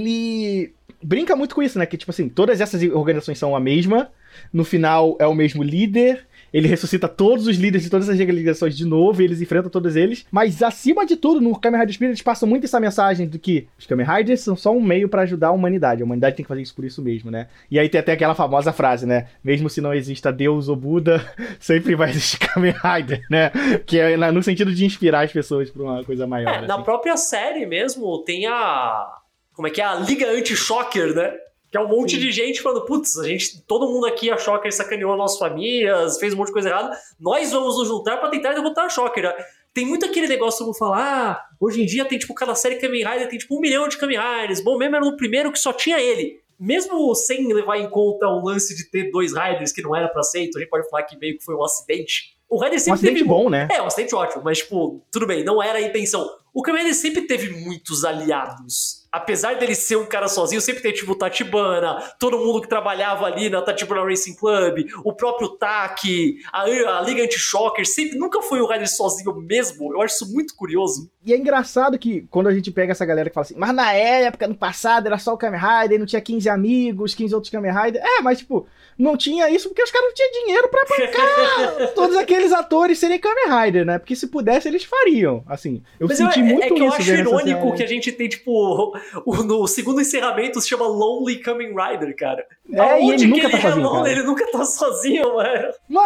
A: ele brinca muito com isso, né? Que, tipo assim, todas essas organizações são a mesma, no final é o mesmo líder, ele ressuscita todos os líderes de todas as organizações de novo, e eles enfrentam todos eles. Mas, acima de tudo, no Kamen Rider Spirit, eles passam muito essa mensagem do que os Kamen Riders são só um meio pra ajudar a humanidade. A humanidade tem que fazer isso por isso mesmo, né? E aí tem até aquela famosa frase, né? Mesmo se não exista Deus ou Buda, sempre vai existir Kamen Rider, né? Que é no sentido de inspirar as pessoas pra uma coisa maior.
C: É,
A: assim.
C: Na própria série mesmo, tem a... Como é que é? A Liga Anti-Shocker, né? Que é um monte Sim. de gente falando, putz, a gente, todo mundo aqui a Shocker sacaneou nossas famílias, fez um monte de coisa errada, nós vamos nos juntar pra tentar derrotar a Shocker. Tem muito aquele negócio, todo mundo fala, ah, hoje em dia tem, tipo, cada série Kamen Rider tem, tipo, um milhão de Kamen Riders, bom mesmo era no primeiro que só tinha ele. Mesmo sem levar em conta o lance de ter dois Riders que não era pra ser, então a gente pode falar que meio que foi um acidente. O Rider sempre
A: um acidente
C: teve...
A: bom, né?
C: É, um acidente ótimo, mas, tipo, tudo bem, não era a intenção. O Kamen Rider sempre teve muitos aliados. Apesar dele ser um cara sozinho, sempre tem, tipo, o Tachibana, todo mundo que trabalhava ali na Tachibana Racing Club, o próprio Taki, a, a Liga Anti-Shocker, sempre, nunca foi o Rider sozinho mesmo. Eu acho isso muito curioso.
A: E é engraçado que, quando a gente pega essa galera que fala assim, mas na época, no passado, era só o Kamen Rider, não tinha quinze amigos, quinze outros Kamen Rider. É, mas, tipo, não tinha isso porque os caras não tinham dinheiro pra bancar todos aqueles atores serem Kamen Rider, né? Porque se pudesse, eles fariam, assim. Eu
C: mas
A: senti
C: eu,
A: muito
C: é, é que
A: isso.
C: eu acho irônico
A: série.
C: que a gente tem, tipo, o, no segundo encerramento se chama Lonely Kamen Rider, cara.
A: É, e ele nunca tá
C: ele
A: sozinho,
C: é lonely,
A: cara.
C: ele nunca tá sozinho, mano.
A: Mano,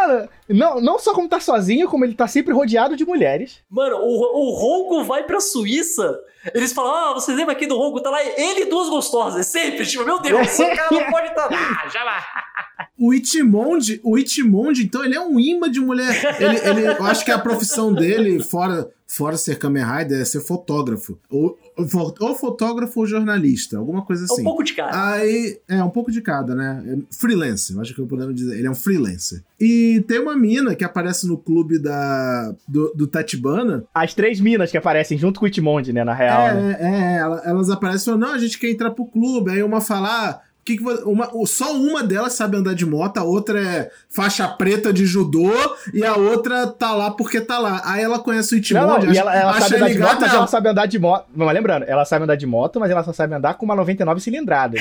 A: Não, não só como tá sozinho, como ele tá sempre rodeado de mulheres.
C: Mano, o, o Hongo vai pra Suíça. Eles falam, ah, você lembra aqui do Hongo? Tá lá ele e duas gostosas. Sempre, tipo, meu Deus, esse cara não pode estar lá. Ah, já lá.
B: O Ichimonde, o Ichimonde, então, ele é um imã de mulher. Ele, ele, eu acho que a profissão dele, fora, fora ser Kamen Rider, é ser fotógrafo. Ou, ou fotógrafo ou jornalista, alguma coisa assim.
C: É um pouco de cada.
B: Aí, é, um pouco de cada, né? Freelancer, eu acho que eu podemos dizer. Ele é um freelancer. E tem uma mina que aparece no clube da, do, do Tachibana.
A: As três minas que aparecem junto com o Ichimonde, né, na real.
B: É,
A: né?
B: é, elas aparecem e falam, não, a gente quer entrar pro clube. Aí uma fala, ah, que que uma, só uma delas sabe andar de moto, a outra é faixa preta de judô e a outra tá lá porque tá lá. Aí ela conhece o Ichimonde.
A: Não, não, e ela, ela sabe andar de moto,
B: ela...
A: mas ela sabe andar de moto. Mas lembrando, ela sabe andar de moto, mas ela só sabe andar com uma noventa e nove cilindrada.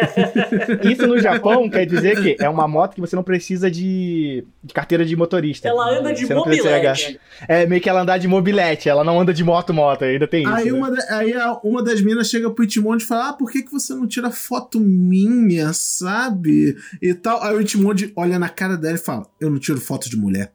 A: Isso no Japão quer dizer que é uma moto que você não precisa de, de carteira de motorista.
C: Ela anda de
A: você
C: mobilete.
A: É meio que ela anda de mobilete, ela não anda de moto-moto, ainda tem isso.
B: Aí,
A: né?
B: uma, da, aí a, uma das minas chega pro Ichimonde e fala, ah, por que, que você não tira foto minha, sabe? E tal. Aí o Ichimonde olha na cara dela e fala, eu não tiro foto de mulher.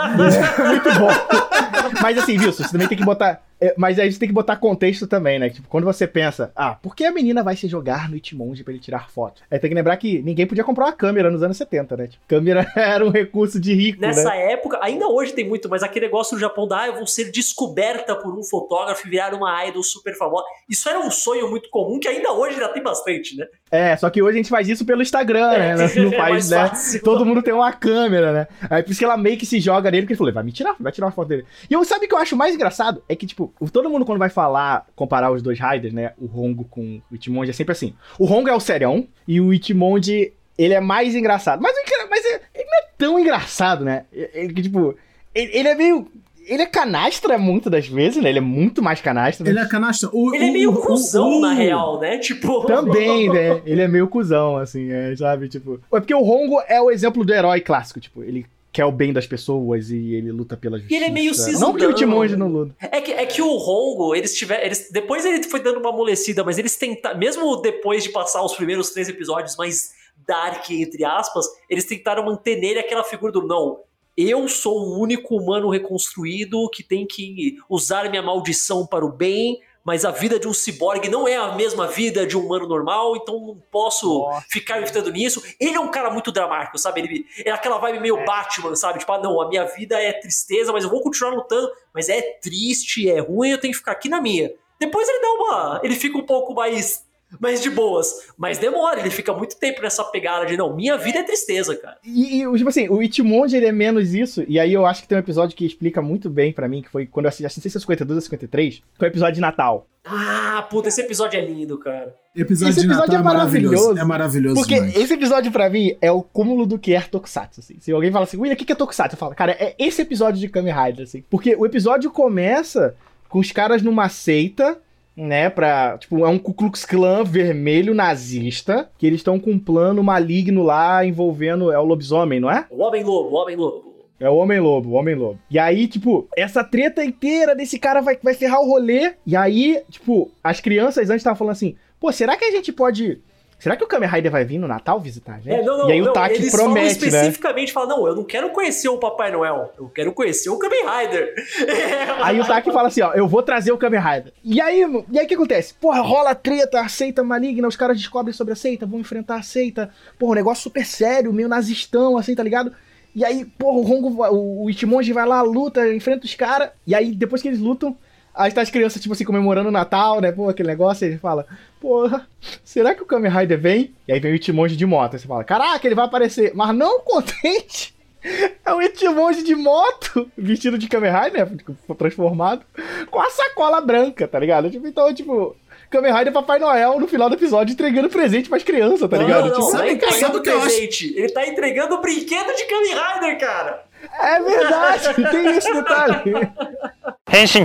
A: Muito bom. Mas assim, viu, você também tem que botar... É, mas aí você tem que botar contexto também, né? Tipo, quando você pensa, ah, por que a menina vai se jogar no Ichimonde pra ele tirar foto? Aí tem que lembrar que ninguém podia comprar uma câmera nos anos setenta, né? Tipo, câmera era um recurso de rico,
C: Nessa
A: né?
C: época, ainda hoje tem muito, mas aquele negócio no Japão da, ah, eu vou ser descoberta por um fotógrafo e virar uma idol super famosa. Isso era um sonho muito comum, que ainda hoje ainda tem bastante, né?
A: É, só que hoje a gente faz isso pelo Instagram, né? No país, né?
C: Fácil.
A: Todo mundo tem uma câmera, né? Aí por isso que ela meio que se joga nele, porque ele falou, vai me tirar, vai tirar uma foto dele. E eu, sabe o que eu acho mais engraçado? É que, tipo, todo mundo quando vai falar, comparar os dois Riders, né? O Hongo com o Ichimonde é sempre assim. O Hongo é o serião e o Ichimonde, ele é mais engraçado. Mas, mas ele não é tão engraçado, né? Ele, tipo, ele, ele é meio... Ele é canastra muitas das vezes, né? Ele é muito mais canastra. Né?
B: Ele é canastra. O,
C: ele
B: o,
C: é meio
B: o,
C: cuzão,
B: o,
C: na real, né? Tipo...
A: Também, né? Ele é meio cuzão, assim, é, sabe? Tipo... É porque o Hongo é o exemplo do herói clássico, tipo, ele quer o bem das pessoas e ele luta pela justiça.
C: E ele é meio cisão.
A: Não que o Ichimonde não luta.
C: É que, é que o Hongo, eles tiveram... Eles, depois ele foi dando uma amolecida, mas eles tentaram... Mesmo depois de passar os primeiros três episódios mais dark, entre aspas, eles tentaram manter nele aquela figura do não... Eu sou o único humano reconstruído que tem que usar minha maldição para o bem, mas a vida de um ciborgue não é a mesma vida de um humano normal, então não posso Nossa. ficar evitando nisso. Ele é um cara muito dramático, sabe? Ele é aquela vibe meio Batman, sabe? Tipo, ah, não, a minha vida é tristeza, mas eu vou continuar lutando, mas é triste, é ruim, eu tenho que ficar aqui na minha. Depois ele dá uma... Ele fica um pouco mais... Mas de boas. Mas demora, ele fica muito tempo nessa pegada de não, minha vida é tristeza, cara.
A: E, e tipo assim, o Ichimonde, ele é menos isso, e aí eu acho que tem um episódio que explica muito bem pra mim, que foi quando eu assisti, não sei se é cinquenta e dois ou cinquenta e três, que foi o episódio de Natal.
C: Ah, puta, esse episódio é lindo, cara.
B: Episódio
A: esse
B: de
A: episódio
B: Natal
A: é maravilhoso. É
B: maravilhoso, é maravilhoso
A: porque
B: demais.
A: Esse episódio pra mim é o cúmulo do que é Tokusatsu, assim. Se alguém fala assim, William, o que é Tokusatsu? Eu falo, cara, é esse episódio de Kamen Rider, assim. Porque o episódio começa com os caras numa seita, né, pra, tipo, é um Ku Klux Klan vermelho nazista, que eles estão com um plano maligno lá envolvendo, é o lobisomem, não é?
C: O Homem-Lobo, o Homem-Lobo.
A: É o Homem-Lobo, o Homem-Lobo. E aí, tipo, essa treta inteira desse cara vai, vai ferrar o rolê, e aí, tipo, as crianças antes estavam falando assim, pô, será que a gente pode... Será que o Kamen Rider vai vir no Natal visitar a gente?
C: É, não, não,
A: e aí
C: não,
A: o Taki
C: eles
A: promete,
C: falam especificamente, né? Falam, não, eu não quero conhecer o Papai Noel, eu quero conhecer o Kamen Rider.
A: Aí o Taki fala assim, ó, eu vou trazer o Kamen Rider. E aí, e aí o que acontece? Porra, rola treta, a seita maligna, os caras descobrem sobre a seita, vão enfrentar a seita. Porra, um negócio super sério, meio nazistão, assim, tá ligado? E aí, porra, o Hongo, o, o Ichimonde vai lá, luta, enfrenta os caras. E aí, depois que eles lutam, aí tá as crianças, tipo assim, comemorando o Natal, né? Pô, aquele negócio, e ele fala, porra, será que o Kamen Rider vem? E aí vem o Ichimonde de moto. Aí você fala, caraca, ele vai aparecer. Mas não contente, é o Ichimonde de moto, vestido de Kamen Rider, né? Transformado, com a sacola branca, tá ligado? Tipo, então, tipo... Kamen Rider Papai Noel no final do episódio entregando presente pras crianças, tá ligado?
C: Não, não,
A: tipo,
C: não, não é entregando
B: que eu
C: presente. Ele tá entregando o brinquedo de Kamen Rider, cara.
A: É verdade, tem esse detalhe.
D: Henshin.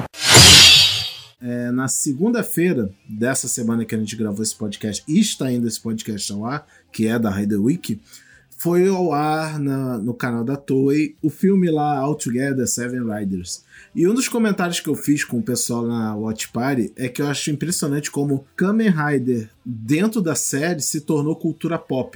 B: É, na segunda-feira dessa semana que a gente gravou esse podcast e está indo esse podcast ao ar, que é da Rider Week, foi ao ar na, no canal da Toei o filme lá, All Together Seven Riders. E um dos comentários que eu fiz com o pessoal na Watch Party é que eu acho impressionante como Kamen Rider dentro da série se tornou cultura pop.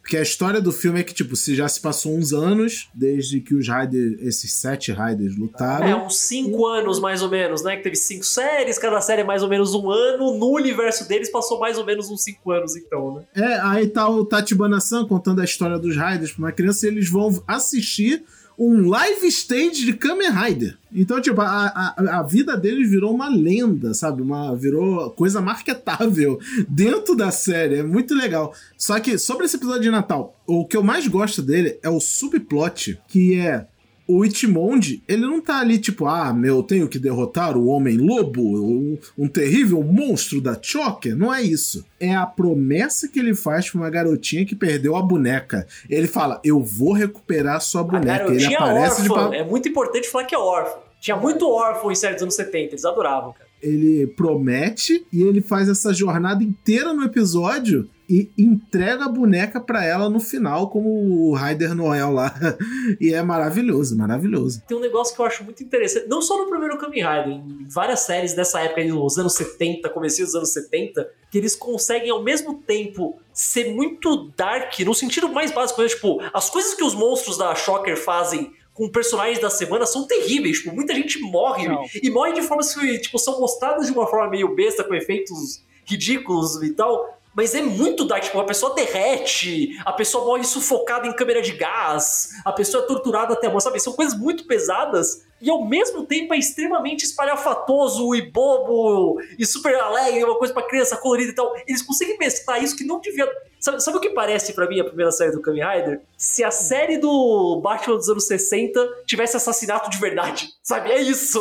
B: Porque a história do filme é que, tipo, se já se passou uns anos desde que os Raiders, esses sete Raiders lutaram.
C: É, uns cinco anos mais ou menos, né? Que teve cinco séries, cada série é mais ou menos um ano. No universo deles passou mais ou menos uns cinco anos, então, né?
B: É, aí tá o Tachibana-san contando a história dos Raiders pra uma criança e eles vão assistir um live stage de Kamen Rider. Então, tipo, a, a, a vida deles virou uma lenda, sabe? Uma, virou coisa marketável dentro da série. É muito legal. Só que, sobre esse episódio de Natal, o que eu mais gosto dele é o subplot, que é o Ichimonde, ele não tá ali tipo, ah, meu, tenho que derrotar o Homem-Lobo, um, um terrível monstro da Choker. Não é isso. É a promessa que ele faz pra uma garotinha que perdeu a boneca. Ele fala, eu vou recuperar sua boneca. Ele aparece
C: órfã.
B: De...
C: É muito importante falar que é órfão. Tinha muito órfão em série dos anos setenta, eles adoravam, cara.
B: Ele promete e ele faz essa jornada inteira no episódio e entrega a boneca pra ela no final, como o Raider Noel lá. E é maravilhoso, maravilhoso.
C: Tem um negócio que eu acho muito interessante, não só no primeiro Kamen Rider, em várias séries dessa época, nos anos setenta, comecinho dos anos setenta, que eles conseguem ao mesmo tempo ser muito dark, no sentido mais básico, né? Tipo, as coisas que os monstros da Shocker fazem com personagens da semana são terríveis, tipo, muita gente morre, não. E morre de formas que, tipo, são mostradas de uma forma meio besta, com efeitos ridículos e tal, mas é muito dark, tipo, a pessoa derrete, a pessoa morre sufocada em câmera de gás, a pessoa é torturada até a morte, sabe? São coisas muito pesadas e ao mesmo tempo é extremamente espalhafatoso e bobo e super alegre, uma coisa pra criança colorida e tal. Eles conseguem mesclar isso que não devia... Sabe, sabe o que parece pra mim a primeira série do Kamen Rider? Se a série do Batman dos anos sessenta tivesse assassinato de verdade, sabe? É isso!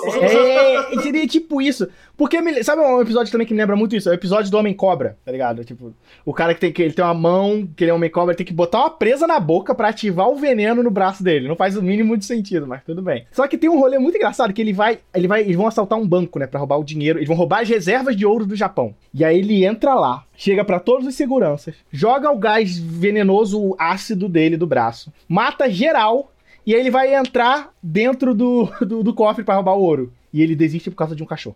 A: É, seria tipo isso. Porque, sabe um episódio também que me lembra muito isso? É o episódio do Homem-Cobra, tá ligado? Tipo, o cara que tem que ele tem uma mão, que ele é um Homem-Cobra, ele tem que botar uma presa na boca pra ativar o veneno no braço dele. Não faz o mínimo de sentido, mas tudo bem. Só que tem um rolê muito engraçado, que ele vai, ele vai, eles vão assaltar um banco, né, pra roubar o dinheiro. Eles vão roubar as reservas de ouro do Japão. E aí ele entra lá, chega pra todos os seguranças, joga o gás venenoso ácido dele do braço, mata geral, e aí ele vai entrar dentro do, do, do cofre pra roubar o ouro. E ele desiste por causa de um cachorro.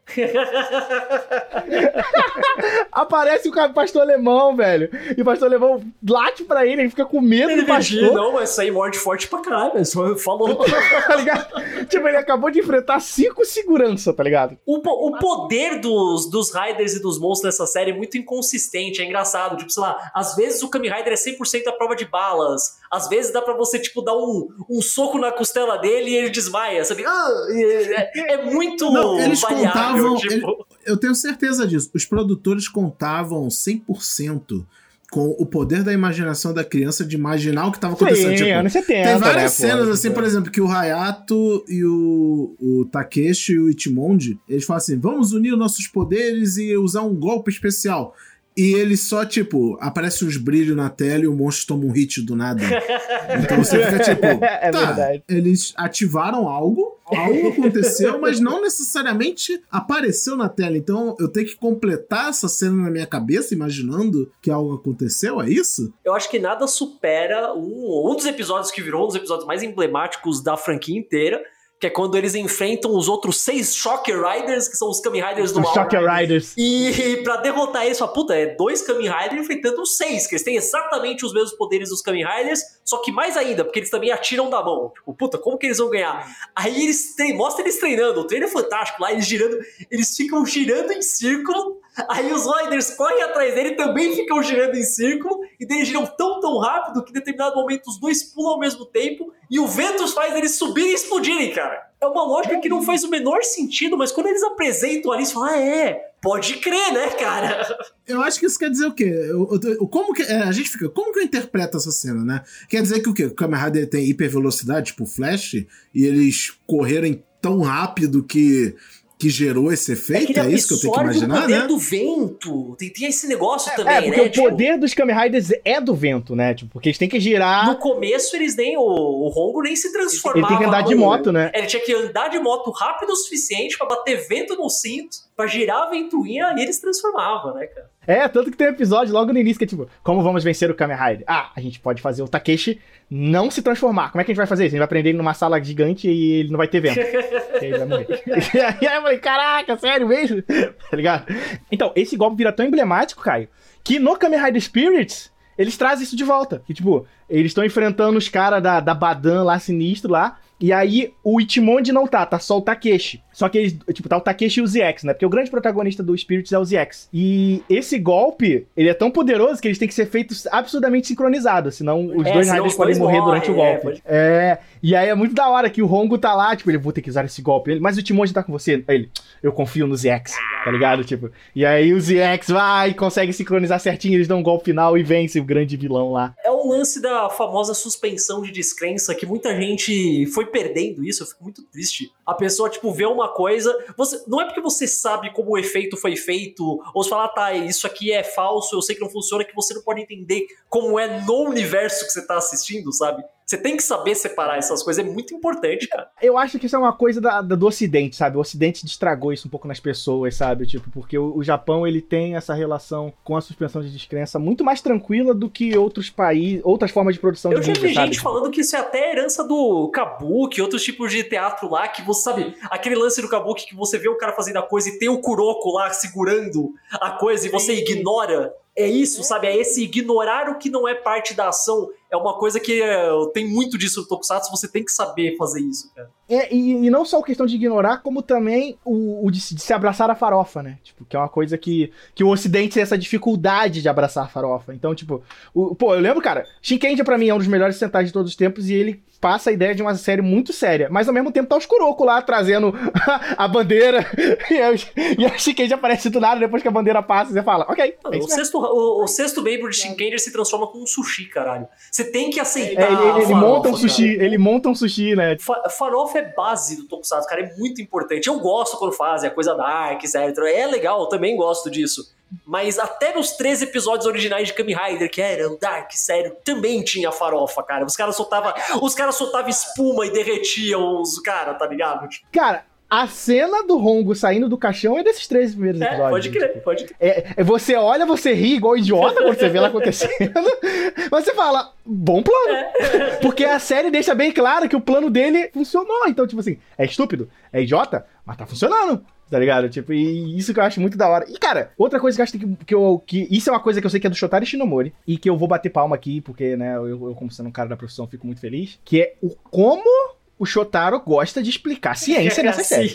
A: Aparece o pastor alemão, velho. E o pastor alemão late pra ele, ele fica com medo
C: ele
A: do pastor.
C: Não, mas isso aí morde forte pra caralho, só falou.
A: Tá ligado? Tipo, ele acabou de enfrentar cinco segurança, tá ligado?
C: O, o poder dos, dos Riders e dos monstros nessa série é muito inconsistente, é engraçado. Tipo, sei lá, às vezes o Kamen Rider é cem por cento a prova de balas. Às vezes dá pra você, tipo, dar um, um soco na costela dele e ele desmaia, sabe? Ah, é, é muito
B: Não, eles
C: variável,
B: contavam,
C: tipo...
B: ele, eu tenho certeza disso. Os produtores contavam cem por cento com o poder da imaginação da criança de imaginar o que estava acontecendo.
A: Sim,
B: tipo,
A: anos setenta,
B: tem várias
A: né,
B: cenas,
A: pô,
B: assim,
A: é.
B: por exemplo, que o Hayato e o, o Takeshi e o Ichimonde, eles falam assim, vamos unir nossos poderes e usar um golpe especial. E ele só, tipo, aparece uns brilhos na tela e o monstro toma um hit do nada. Então você fica tipo,
A: é
B: tá,
A: verdade.
B: eles ativaram algo, algo aconteceu, mas não necessariamente apareceu na tela. Então eu tenho que completar essa cena na minha cabeça, imaginando que algo aconteceu, é isso?
C: Eu acho que nada supera um, um dos episódios que virou um dos episódios mais emblemáticos da franquia inteira, que é quando eles enfrentam os outros seis Shocker Riders, que são os Kamen Riders do
A: Os
C: mal.
A: Shocker Riders.
C: E pra derrotar eles, fala, puta, é dois Kamen Riders enfrentando os seis, que eles têm exatamente os mesmos poderes dos Kamen Riders, só que mais ainda, porque eles também atiram da mão. Tipo, puta, como que eles vão ganhar? Aí eles treinam, mostra eles treinando, o treino é fantástico lá, eles girando, eles ficam girando em círculo, aí os Riders correm atrás dele, também ficam girando em círculo, e daí eles giram tão, tão rápido que em determinado momento os dois pulam ao mesmo tempo, e o Ventus faz eles subirem e explodirem, cara. É uma lógica que não faz o menor sentido, mas quando eles apresentam ali, você fala, ah, é, pode crer, né, cara?
B: Eu acho que isso quer dizer o quê? Eu, eu, como que, é, a gente fica, como que eu interpreto essa cena, né? Quer dizer que o quê? O Kamen Rider tem hipervelocidade, tipo Flash, e eles correrem tão rápido que... que gerou esse efeito? É, é isso que eu tenho que imaginar,
C: o poder
B: né?
C: do vento. Tem, tem esse negócio
A: É,
C: também,
A: é, porque
C: né?
A: o poder tipo, dos Kamen Riders é do vento, né? Tipo, porque eles têm que girar...
C: No começo, eles nem... O, o Hongo nem se transformava.
A: Ele tem que andar de moto, né?
C: Ele tinha que andar de moto rápido o suficiente pra bater vento no cinto, pra girar a ventoinha, e ele se transformava, né, cara?
A: É, tanto que tem um episódio logo no início que é tipo, como vamos vencer o Kamen Rider? Ah, a gente pode fazer o Takeshi não se transformar. Como é que a gente vai fazer isso? A gente vai prender ele numa sala gigante e ele não vai ter vento. E aí ele vai morrer. E aí eu falei, caraca, sério mesmo? Tá ligado? Então, esse golpe vira tão emblemático, Caio, que no Kamen Rider Spirits, eles trazem isso de volta. Que, tipo, eles estão enfrentando os caras da, da Badan lá, sinistro lá. E aí, o Ichimonde não tá, tá só o Takeshi. Só que eles, tipo, tá o Takeshi e o Z X, né? Porque o grande protagonista do Spirits é o Z X. E esse golpe, ele é tão poderoso que eles têm que ser feitos absurdamente sincronizados. Senão os
C: É,
A: dois
C: senão
A: Riders
C: os
A: podem
C: dois
A: morrer
C: morrem,
A: durante o
C: é,
A: golpe.
C: pode-
A: É, e aí é muito da hora que o Hongo tá lá, tipo, ele, vou ter que usar esse golpe. Ele, mas o Ichimonde tá com você. Aí ele, eu confio no Z X, tá ligado? Tipo, e aí o Z X vai, consegue sincronizar certinho, eles dão um golpe final e vence o grande vilão lá.
C: É o lance da famosa suspensão de descrença, que muita gente foi perdendo isso, eu fico muito triste. A pessoa, tipo, vê uma coisa, você, não é porque você sabe como o efeito foi feito, ou você fala, ah, tá, isso aqui é falso, eu sei que não funciona, que você não pode entender como é no universo que você tá assistindo, sabe? Você tem que saber separar essas coisas, é muito importante, cara.
A: Eu acho que isso é uma coisa da, da- do Ocidente, sabe? O Ocidente estragou isso um pouco nas pessoas, sabe? Tipo, porque o, o Japão, ele tem essa relação com a suspensão de descrença muito mais tranquila do que outros países, outras formas de produção
C: Eu
A: de
C: já
A: mídia,
C: vi
A: sabe?
C: gente
A: Tipo,
C: falando que isso é até herança do kabuki, outros tipos de teatro lá, que você sabe, aquele lance do kabuki que você vê o cara fazendo a coisa e tem o Kuroko lá segurando a coisa e você ignora. É isso, sabe? É esse ignorar o que não é parte da ação. É uma coisa que é, tem muito disso no Tokusatsu, você tem que saber fazer isso, cara.
A: É, e, e não só a questão de ignorar, como também o, o de, se- de se abraçar a farofa, né? Tipo, que é uma coisa que, que o Ocidente tem essa dificuldade de abraçar a farofa. Então, tipo, o, pô, eu lembro, cara, Shinkendi pra mim é um dos melhores centais de todos os tempos e ele passa a ideia de uma série muito séria. Mas ao mesmo tempo tá os Kuroko lá trazendo a bandeira e, aí os- e o Shinkendi aparece do nada depois que a bandeira passa e você fala, ok, é
C: Mano,
A: isso
C: o,
A: mesmo.
C: sexto, o, o sexto membro de Shinkenger se transforma com um sushi, caralho. Você tem que
A: É,
C: aceitar
A: ele, ele-
C: a
A: ele
C: farofa,
A: monta um sushi,
C: cara.
A: ele monta um sushi, né?
C: Fa- Farofa é base do Tokusatsu, cara, é muito importante. Eu gosto quando fazem a coisa dark, etcétera. É legal, eu também gosto disso. Mas até nos três episódios originais de Kamen Rider, que era o Dark, sério, também tinha farofa, cara. Os caras soltavam os caras soltavam espuma e derretiam os caras, tá ligado?
A: Cara, a cena do Hongo saindo do caixão é desses três primeiros
C: É,
A: episódios.
C: pode
A: tipo.
C: crer, pode crer.
A: É, é, você olha, você ri igual idiota quando você vê ela acontecendo, mas você fala, bom plano. Porque a série deixa bem claro que o plano dele funcionou. Então, tipo assim, é estúpido, é idiota, mas tá funcionando. Tá ligado? Tipo, e isso que eu acho muito da hora. E, cara, outra coisa que eu acho que, que eu. Que isso é uma coisa que eu sei que é do Shotaro Shinomori. E que eu vou bater palma aqui, porque, né, eu, eu como sendo um cara da profissão, fico muito feliz. Que é o como o Shotaro gosta de explicar ciência nessa série.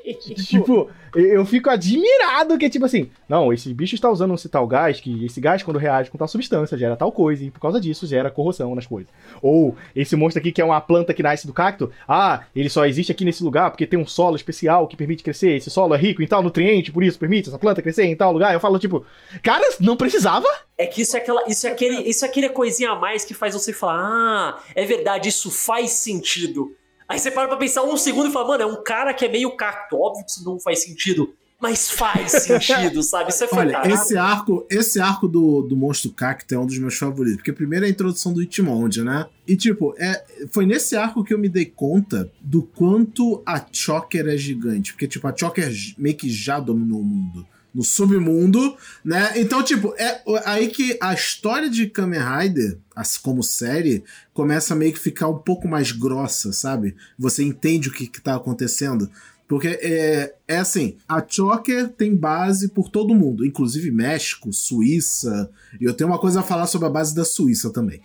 A: Tipo, eu, eu fico admirado que, tipo assim, não, esse bicho está usando esse tal gás, que esse gás, quando reage com tal substância, gera tal coisa, e por causa disso gera corrosão nas coisas. Ou, esse monstro aqui que é uma planta que nasce do cacto, ah, ele só existe aqui nesse lugar porque tem um solo especial que permite crescer, esse solo é rico em tal nutriente, por isso permite essa planta crescer em tal lugar. Eu falo, tipo, cara, não precisava?
C: É que isso é, aquela, isso, é aquele, isso é aquele coisinha a mais que faz você falar, ah, é verdade, isso faz sentido. Aí você para pra pensar um segundo e fala, mano, é um cara que é meio cacto, óbvio que isso não faz sentido, mas faz sentido, sabe? Isso é
B: Olha,
C: fantástico.
B: esse arco, esse arco do, do monstro cacto é um dos meus favoritos, porque primeiro é a introdução do Ichimonde, né? E tipo, é, foi nesse arco que eu me dei conta do quanto a Choker é gigante, porque tipo, a Choker meio que já dominou o mundo. No submundo, né? Então, tipo, é aí que a história de Kamen Rider, assim como série, começa a meio que ficar um pouco mais grossa, sabe? Você entende o que, que tá acontecendo. Porque é, é assim, a Choker tem base por todo mundo, inclusive México, Suíça, e eu tenho uma coisa a falar sobre a base da Suíça também.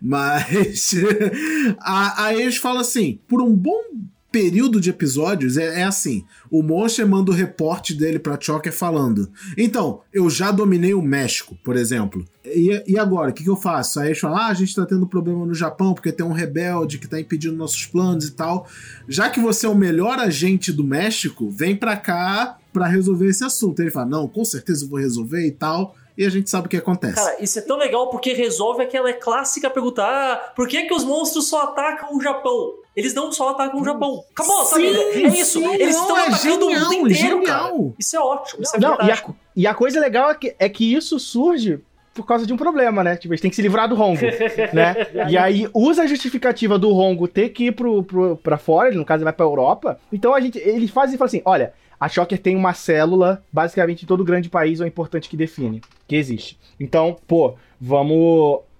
B: Mas a, aí eles falam assim, por um bom período de episódios, é, é assim, o Monster manda o reporte dele pra Choker falando, então, eu já dominei o México, por exemplo, e, e agora, o que, que eu faço? Aí eles falam, ah, a gente tá tendo problema no Japão, porque tem um rebelde que tá impedindo nossos planos e tal, já que você é o melhor agente do México, vem pra cá pra resolver esse assunto. Ele fala, não, com certeza eu vou resolver e tal, e a gente sabe o que acontece.
C: Cara, isso é tão legal porque resolve aquela clássica pergunta, ah, por que que os monstros só atacam o Japão? Eles não só atacam o Japão. Acabou, sabe? É isso.
B: Sim,
C: Eles
B: não,
C: estão
B: é
C: atacando
B: genial,
C: o mundo inteiro,
B: genial.
C: cara. Isso é ótimo. Isso é
A: Não, e a,
C: fantástico.
A: e a coisa legal é que, é que isso surge por causa de um problema, né? Tipo, eles têm que se livrar do Hongo, né? E aí usa a justificativa do Hongo ter que ir pro, pro, pra fora, ele, no caso ele vai pra Europa. Então a gente, eles fazem e falam assim, olha, a Shocker tem uma célula, basicamente em todo grande país, ou importante que define, que existe. Então, pô, vamos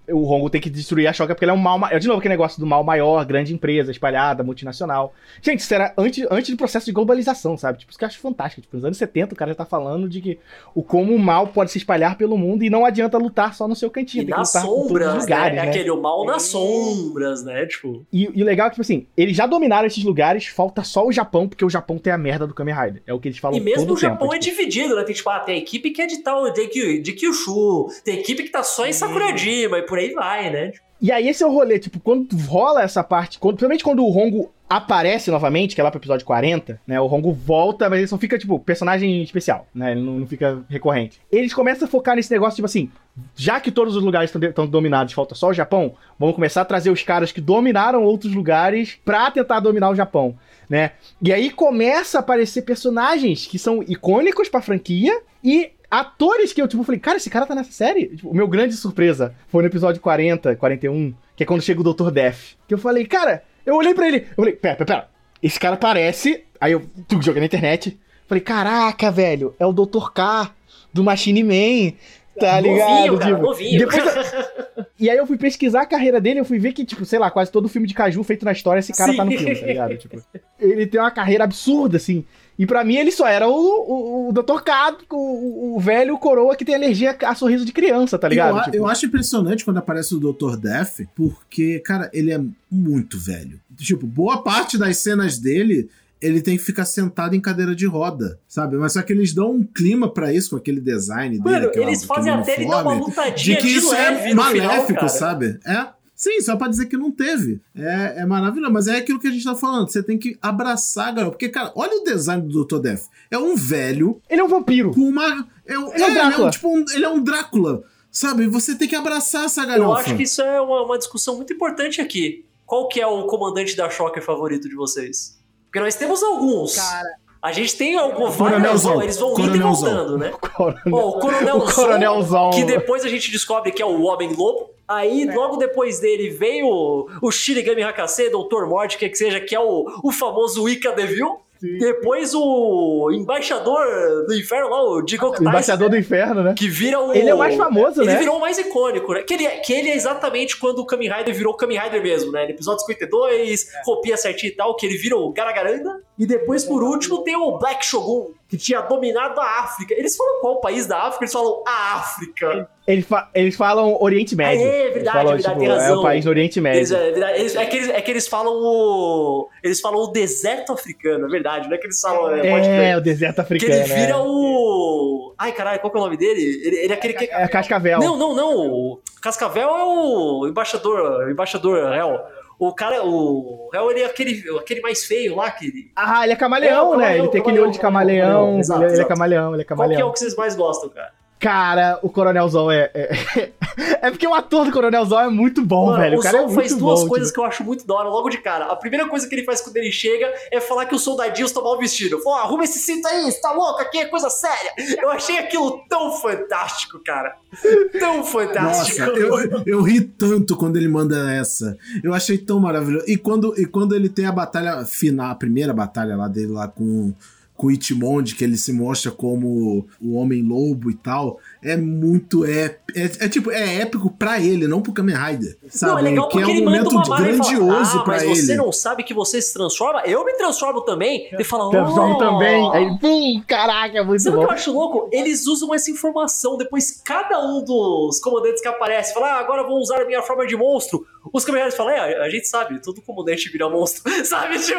A: o Hongo tem que destruir a Shocker porque ele é um mal... Ma... De novo, aquele negócio do mal maior, grande empresa, espalhada, multinacional. Gente, isso era antes, antes do processo de globalização, sabe? Tipo, isso que eu acho fantástico. Tipo, nos anos setenta, o cara já tá falando de que o como o mal pode se espalhar pelo mundo e não adianta lutar só no seu cantinho.
C: E
A: tem
C: nas
A: que lutar por todos os
C: sombras,
A: lugares,
C: né?
A: né?
C: É aquele o mal nas sombras, né? Tipo...
A: E, e o legal é que, tipo assim, eles já dominaram esses lugares, falta só o Japão, porque o Japão tem a merda do Kamen Rider. É o que eles falam
C: E mesmo
A: todo
C: o Japão
A: tempo,
C: é
A: tipo.
C: dividido, né? Tem, tipo, ah, tem a equipe que é de tal, de, Kyu, de Kyushu, tem equipe que tá só em Sakurajima, e por aí vai, né?
A: E aí esse é o rolê, tipo, quando rola essa parte, quando, principalmente quando o Hongo aparece novamente, que é lá pro episódio quarenta, né, o Hongo volta, mas ele só fica, tipo, personagem especial, né, ele não, não fica recorrente. Eles começam a focar nesse negócio, tipo assim, já que todos os lugares estão dominados, falta só o Japão, vamos começar a trazer os caras que dominaram outros lugares pra tentar dominar o Japão, né. E aí começa a aparecer personagens que são icônicos pra franquia e atores que eu, tipo, falei, cara, esse cara tá nessa série? Tipo, o meu grande surpresa foi no episódio quarenta, quarenta e um, que é quando chega o doutor Death. Que eu falei, cara, eu olhei pra ele, eu falei, pera, pera, pera, esse cara parece... Aí eu tu, joguei na internet, falei, caraca, velho, é o doutor K, do Machine Man, tá ligado?
C: Novinho, cara,
A: tipo,
C: novinho.
A: Depois eu... E aí eu fui pesquisar a carreira dele, eu fui ver que, tipo, sei lá, quase todo filme de Caju feito na história, esse cara Sim. tá no filme, tá ligado? Tipo, ele tem uma carreira absurda, assim. E pra mim ele só era o, o, o doutor K, o, o velho coroa que tem alergia a sorriso de criança, tá ligado?
B: Eu,
A: tipo...
B: eu acho impressionante quando aparece o doutor Death, porque, cara, ele é muito velho. Tipo, boa parte das cenas dele, ele tem que ficar sentado em cadeira de roda, sabe? Mas só que eles dão um clima pra isso, com aquele design dele.
C: Mano,
B: aquela,
C: eles fazem até ele dar uma lutadinha
B: de que
C: de
B: isso
C: leve
B: é
C: no
B: maléfico,
C: final,
B: sabe? É. Sim, só pra dizer que não teve. É, é maravilhoso, mas é aquilo que a gente tá falando. Você tem que abraçar, galera. Porque, cara, olha o design do doutor Death. É um velho...
A: Ele é um vampiro.
B: Com uma... É, um,
A: ele é, é um Drácula.
B: É um, tipo, um, ele é um Drácula, sabe? Você tem que abraçar essa galera.
C: Eu acho que isso é uma, uma discussão muito importante aqui. Qual que é o comandante da Shocker favorito de vocês? Porque nós temos alguns.
A: Cara...
C: A gente tem alguns,
B: Coronelzão.
C: Eles vão indo e voltando, né?
A: Coronel...
C: Oh, o Coronelzão,
A: o Coronelzão,
C: que depois a gente descobre que é o Homem-Lobo. Aí, é. logo depois dele, veio o, o Shinigami Hakase, doutor Morte, que que seja, que é o, o famoso Ika Devil. Sim. Depois o embaixador do inferno lá, o Jigoku Taisen.
A: Embaixador do inferno, né?
C: Que vira o...
A: Ele é o mais famoso,
C: ele
A: né?
C: Ele virou o mais icônico, né? Que ele, que ele é exatamente quando o Kamen Rider virou o Kamen Rider mesmo, né? No episódio cinquenta e dois, é. roupinha certinha e tal, que ele vira o Garagaranda. E depois, por último, tem o Black Shogun, que tinha dominado a África. Eles falam qual país da África? Eles falam a África.
A: Eles, fa eles falam Oriente Médio.
C: Ah, é verdade,
A: falam,
C: é verdade,
A: tipo,
C: tem razão.
A: É o país do Oriente Médio.
C: Eles, é, eles, é, que eles, é que eles falam o... Eles falam o deserto africano, é verdade. Não é que eles falam... É, pode
A: é o deserto africano,
C: que ele vira
A: é.
C: o... Ai, caralho, qual que é o nome dele? Ele, ele é aquele que...
A: É Cascavel.
C: Não, não, não. O Cascavel é o embaixador, o embaixador Hell. O cara, o Hell, ele é aquele, aquele mais feio lá. Que...
A: Ah, ele é camaleão, é, né? Camaleão, ele tem aquele olho de camaleão. camaleão. Exato, ele, exato. ele é camaleão, ele é camaleão.
C: Qual que é o que vocês mais gostam, cara?
A: Cara, o Coronelzão é... É, é porque o ator do Coronelzão é muito bom, Mano, velho. O, o cara é muito
C: faz duas
A: bom,
C: coisas
A: tipo...
C: que eu acho muito da hora logo de cara. A primeira coisa que ele faz quando ele chega é falar que os soldadinhos estão mal vestidos. Fala, oh, arruma esse cinto aí, você tá louco? Aqui é coisa séria. Eu achei aquilo tão fantástico, cara. Tão fantástico.
B: Nossa, eu, eu ri tanto quando ele manda essa. Eu achei tão maravilhoso. E quando, e quando ele tem a batalha final, a primeira batalha lá dele lá com... com o Ichimonde, que ele se mostra como o Homem-Lobo e tal, é muito épico. É, é tipo, é épico pra ele, não pro Kamen Rider. Sabe?
C: Não, é legal
B: que
C: porque
B: é um
C: ele
B: momento
C: manda uma
B: grandioso
C: fala, ah,
B: pra
C: mas
B: ele.
C: Mas você não sabe que você se transforma? Eu me transformo também. Ele fala,
A: transformo
C: oh.
A: também. Aí, pum, caraca, é muito
C: Sabe
A: bom.
C: Sabe o que eu acho louco? Eles usam essa informação. Depois, cada um dos comandantes que aparece fala, ah, agora eu vou usar a minha forma de monstro. Os Kamen Riders falam, é, a gente sabe, todo comandante vira monstro. Sabe, tipo...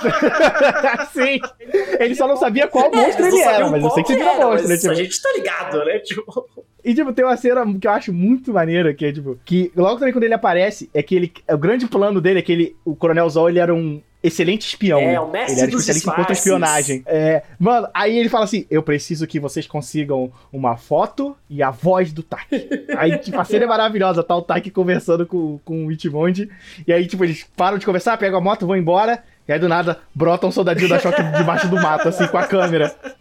A: Sim. Ele só não sabia qual monstro é, ele era, mas eu sei que você vira
C: era,
A: monstro, né? Tipo...
C: A gente tá ligado, né? Tipo...
A: E, tipo, tem uma cena que eu acho muito maneira, que é, tipo, que logo também quando ele aparece, é que ele, o grande plano dele é que ele, o Coronel Zol, ele era um excelente espião.
C: É, o mestre
A: ele era
C: dos
A: especialista em contra-espionagem. É, mano, aí ele fala assim, eu preciso que vocês consigam uma foto e a voz do Taki. Aí, tipo, a cena é maravilhosa, tá o Taki conversando com, com o Ichimonde, e aí, tipo, eles param de conversar, pegam a moto, vão embora, e aí, do nada, brota um soldadinho da Shocker debaixo do mato, assim, com a câmera.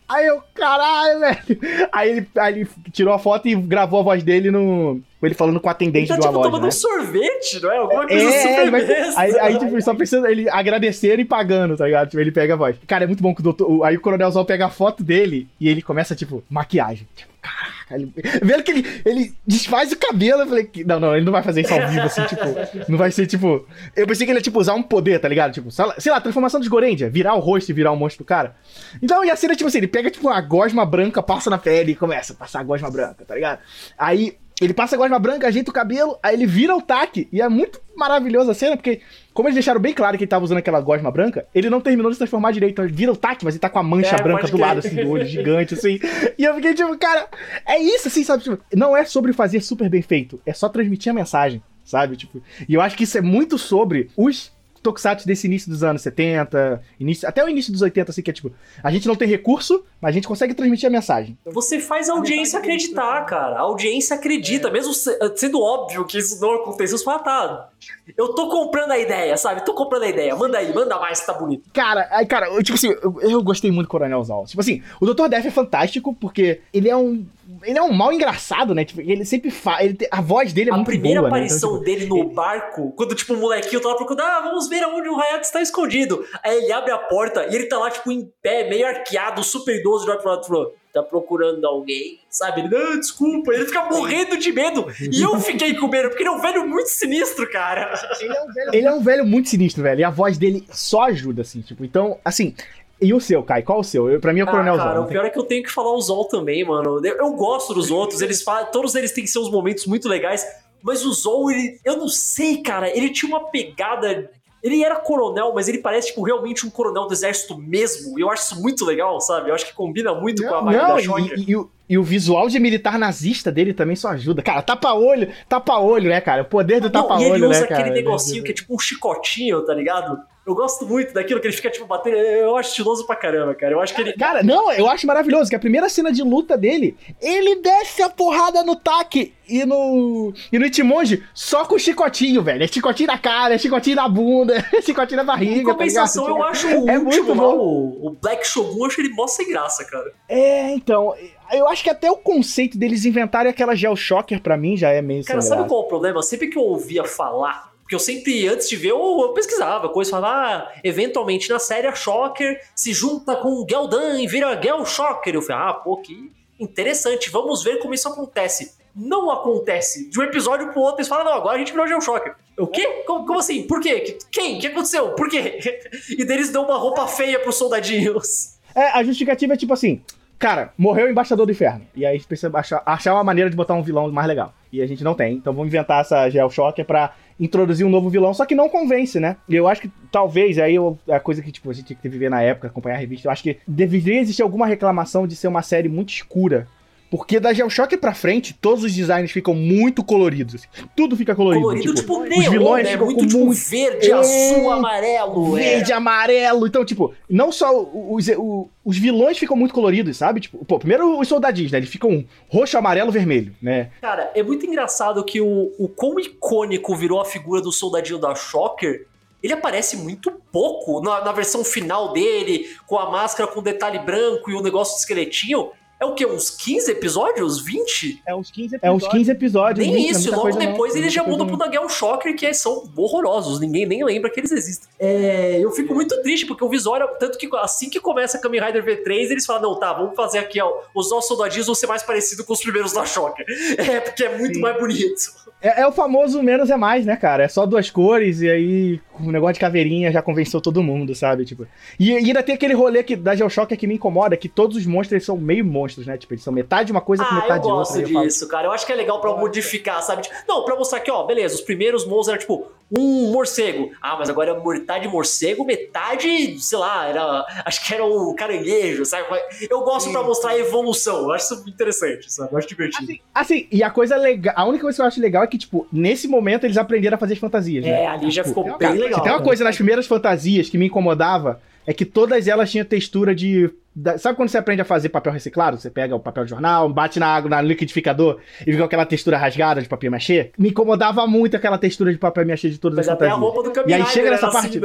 A: Aí eu, caralho, velho. Aí ele, aí ele tirou a foto e gravou a voz dele no... ele falando com o atendente
C: ele tá,
A: de uma
C: tipo,
A: loja,
C: tomando
A: né?
C: um sorvete, não é? Alguma coisa
A: é,
C: super
A: vai,
C: besta.
A: Aí, aí tipo, só precisa ele agradecer e pagando, tá ligado? Tipo, ele pega a voz. Cara, é muito bom que o doutor... Aí o coronelzão pega a foto dele e ele começa, tipo, maquiagem. Tipo, caraca. Ele, vendo que ele, ele desfaz o cabelo, eu falei, não, não, ele não vai fazer isso ao vivo, assim, tipo... Não vai ser, tipo... Eu pensei que ele ia, tipo, usar um poder, tá ligado? Tipo, sei lá, transformação dos Gorendia, virar o rosto e virar um monstro pro cara. Então, e a cena, tipo assim, ele pega, tipo, uma gosma branca, passa na pele e começa a passar a gosma branca, tá ligado? Aí... ele passa a gosma branca, ajeita o cabelo, aí ele vira o taque. E é muito maravilhosa a cena, porque como eles deixaram bem claro que ele tava usando aquela gosma branca, ele não terminou de se transformar direito. Então ele vira o taque, mas ele tá com a mancha
C: é,
A: branca do lado, assim, do olho gigante, assim. E eu fiquei tipo, cara, é isso, assim, sabe? Tipo, não é sobre fazer super bem feito, é só transmitir a mensagem, sabe? Tipo, e eu acho que isso é muito sobre os tokusatsu desse início dos anos setenta, início, até o início dos oitenta, assim, que é tipo, a gente não tem recurso, mas a gente consegue transmitir a mensagem.
C: Você faz a audiência acreditar, cara. A audiência acredita, é. mesmo sendo óbvio que isso não aconteceu. Você fala, tá, eu tô comprando a ideia, sabe? Tô comprando a ideia. Manda aí, manda mais que tá bonito.
A: Cara, aí, cara, eu, tipo assim, eu, eu gostei muito do Coronelzão. Tipo assim, o doutor Death é fantástico porque ele é um ele é um mal engraçado, né? Tipo, ele sempre faz. Ele te, a voz dele é
C: a
A: muito boa.
C: A primeira
A: boa,
C: aparição
A: né? Então,
C: tipo, dele no ele... barco, quando, tipo, o molequinho tá lá procurando, ah, vamos ver aonde o Hayato está escondido. Aí ele abre a porta e ele tá lá, tipo, em pé, meio arqueado, super idoso, de olho pro lado e falou, tá procurando alguém, sabe? Ele, ah, desculpa. Ele fica morrendo de medo. E eu fiquei com medo, porque ele é um velho muito sinistro, cara.
A: Ele é um velho, ele é um velho muito sinistro, velho. E a voz dele só ajuda, assim, tipo, então, assim. E o seu, Kai? Qual o seu? Eu, pra mim é o Coronel Zol.
C: Ah, cara, o pior é que eu tenho que falar o Zol também, mano. Eu, eu gosto dos outros, eles falam, todos eles têm seus momentos muito legais, mas o Zol, ele, eu não sei, cara, ele tinha uma pegada... Ele era coronel, mas ele parece, tipo, realmente um coronel do exército mesmo. E eu acho isso muito legal, sabe? Eu acho que combina muito não, com a vibe da Shocker.
A: E, e, e, e o visual de militar nazista dele também só ajuda. Cara, tapa-olho, tapa-olho, né, cara? O poder do tapa-olho, né, cara?
C: E ele usa aquele negocinho que é tipo um chicotinho, tá ligado? Eu gosto muito daquilo que ele fica, tipo, batendo. Eu acho estiloso pra caramba, cara. Eu acho que ele...
A: Cara, não, eu acho maravilhoso que a primeira cena de luta dele, ele desce a porrada no Taki e no... E no Itimonji só com chicotinho, velho. É chicotinho na cara, é chicotinho na bunda, é chicotinho na barriga,
C: em compensação,
A: tá
C: eu acho o
A: é
C: último
A: muito
C: lá,
A: bom.
C: o, o Black Shogun, eu acho ele mó sem graça, cara.
A: É, então... Eu acho que até o conceito deles inventarem aquela Gel Shocker pra mim já é meio...
C: Cara, sabe graça. Qual é o problema? Sempre que eu ouvia falar... Porque eu sempre, antes de ver, eu, eu pesquisava coisas, falava, ah, eventualmente na série a Shocker se junta com o Geldan e vira Gel Shocker. Eu falei, ah, pô, que interessante, vamos ver como isso acontece. Não acontece. De um episódio pro outro, eles falam, não, agora a gente virou Gel Shocker. O quê? Como, como assim? Por quê? Quem? O que aconteceu? Por quê? E deles dão uma roupa feia pros soldadinhos.
A: É, a justificativa é tipo assim... Cara, morreu o Embaixador do Inferno. E aí a gente precisa achar, achar uma maneira de botar um vilão mais legal. E a gente não tem. Então vamos inventar essa Gel Shocker pra introduzir um novo vilão. Só que não convence, né? E eu acho que talvez, aí eu, a coisa que tipo, a gente tinha que viver na época, acompanhar a revista, eu acho que deveria existir alguma reclamação de ser uma série muito escura. Porque da Gel Shocker pra frente, todos os designs ficam muito coloridos. Assim. Tudo fica colorido.
C: Colorido tipo, tipo neon,
A: os vilões
C: né?
A: ficam
C: muito
A: com
C: tipo
A: muito...
C: verde, é... azul, amarelo.
A: Verde,
C: é.
A: amarelo. Então, tipo, não só os, os, os vilões ficam muito coloridos, sabe? Tipo, pô, primeiro os soldadinhos, né? Eles ficam roxo, amarelo, vermelho, né?
C: Cara, é muito engraçado que o, o quão icônico virou a figura do soldadinho da Shocker. Ele aparece muito pouco na, na versão final dele, com a máscara com detalhe branco e o negócio de esqueletinho. É o quê? Uns quinze episódios? vinte?
A: É uns quinze episódios. É uns quinze episódios.
C: Nem isso,
A: é
C: logo depois
A: não,
C: eles já mudam pro Nagel Shocker, que são horrorosos. Ninguém nem lembra que eles existem. É, eu fico muito triste, porque o visual era... Tanto que assim que começa a Kamen Rider V três, eles falam, não, tá, vamos fazer aqui, ó, os nossos soldadinhos vão ser mais parecidos com os primeiros da Shocker. É, porque é muito Sim. mais bonito.
A: É, é o famoso menos é mais, né, cara? É só duas cores e aí o negócio de caveirinha já convenceu todo mundo, sabe? Tipo, e, e ainda tem aquele rolê que, da Gel Shocker que me incomoda, que todos os monstros são meio monstros, né? Tipo, eles são metade de uma coisa com
C: ah,
A: metade de outra.
C: Ah, eu gosto disso, cara. Eu acho que é legal pra modificar, sabe? Não, pra mostrar que, ó, beleza, os primeiros monstros eram, tipo, um morcego. Ah, mas agora é metade morcego, metade, sei lá, era... Acho que era o caranguejo, sabe? Eu gosto Sim. pra mostrar a evolução. Eu acho isso interessante, sabe? Eu acho divertido.
A: Assim, assim, e a coisa legal... A única coisa que eu acho legal é que, tipo, nesse momento eles aprenderam a fazer as fantasias, né?
C: É, ali já
A: tipo,
C: ficou
A: cara,
C: bem legal.
A: Se tem uma coisa nas primeiras fantasias que me incomodava, é que todas elas tinham textura de... Sabe quando você aprende a fazer papel reciclado? Você pega o papel de jornal, bate na água, no liquidificador e fica com aquela textura rasgada de papel machê? Me incomodava muito aquela textura de papel machê de todas
C: Mas
A: as
C: até
A: fantasias.
C: a roupa do Kamen
A: E aí
C: Rider
A: chega nessa
C: assim,
A: parte...
C: né?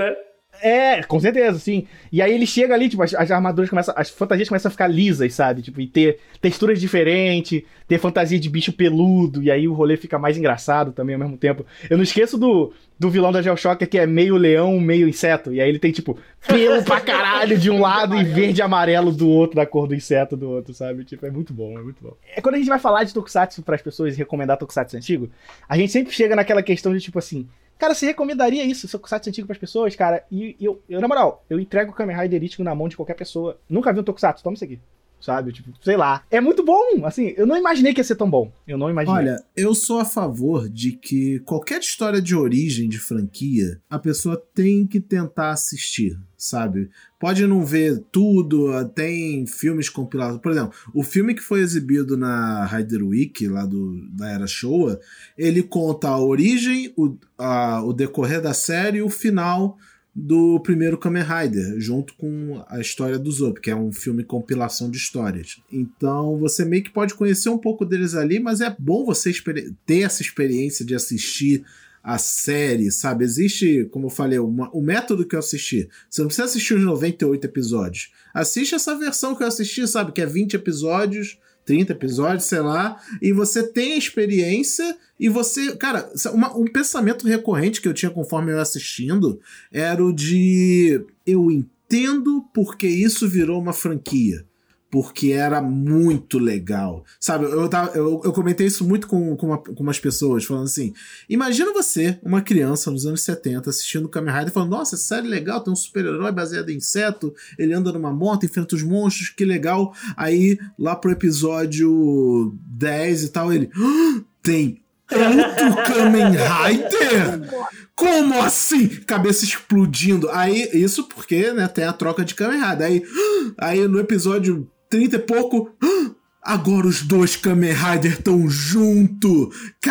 A: É, com certeza, sim. E aí ele chega ali, tipo, as, as armaduras começam, as fantasias começam a ficar lisas, sabe? Tipo, e ter texturas diferentes, ter fantasia de bicho peludo, e aí o rolê fica mais engraçado também ao mesmo tempo. Eu não esqueço do, do vilão da GeoShocker, que é meio leão, meio inseto, e aí ele tem, tipo, pelo pra caralho de um lado e verde e amarelo do outro, da cor do inseto do outro, sabe? Tipo, é muito bom, é muito bom. É quando a gente vai falar de Tokusatsu pras pessoas e recomendar Tokusatsu antigo, a gente sempre chega naquela questão de, tipo assim, cara, você recomendaria isso, Tokusatsu antigo pras pessoas, cara? E eu, eu, na moral, eu entrego o Kamen Rider Ichigo na mão de qualquer pessoa. Nunca vi um Tokusatsu, toma isso aqui. Sabe? Tipo, sei lá. É muito bom. Assim, eu não imaginei que ia ser tão bom. Eu não imaginei.
B: Olha, eu sou a favor de que qualquer história de origem de franquia, a pessoa tem que tentar assistir, sabe? Pode não ver tudo, tem filmes compilados. Por exemplo, o filme que foi exibido na Rider Week, lá do, da Era Showa, ele conta a origem, o, a, o decorrer da série e o final do primeiro Kamen Rider, junto com a história do Zop, que é um filme compilação de histórias. Então você meio que pode conhecer um pouco deles ali, mas é bom você ter essa experiência de assistir a série, sabe? Existe, como eu falei, uma, o método que eu assisti. Você não precisa assistir os noventa e oito episódios. Assiste essa versão que eu assisti, sabe? Que é vinte episódios, trinta episódios, sei lá, e você tem a experiência e você... Cara, uma, um pensamento recorrente que eu tinha conforme eu ia assistindo era o de... Eu entendo porque isso virou uma franquia. Porque era muito legal. Sabe, eu, tava, eu, eu comentei isso muito com, com, uma, com umas pessoas, falando assim, imagina você, uma criança nos anos setenta, assistindo Kamen Rider, falando, nossa, essa série é legal, tem um super-herói baseado em inseto, ele anda numa moto, enfrenta os monstros, que legal. Aí, lá pro episódio dez e tal, ele, ah, tem outro Kamen Rider? Como assim? Cabeça explodindo. Aí, isso porque, né, tem a troca de Kamen Rider. Aí, aí no episódio trinta e pouco, agora os dois Kamen Rider estão junto.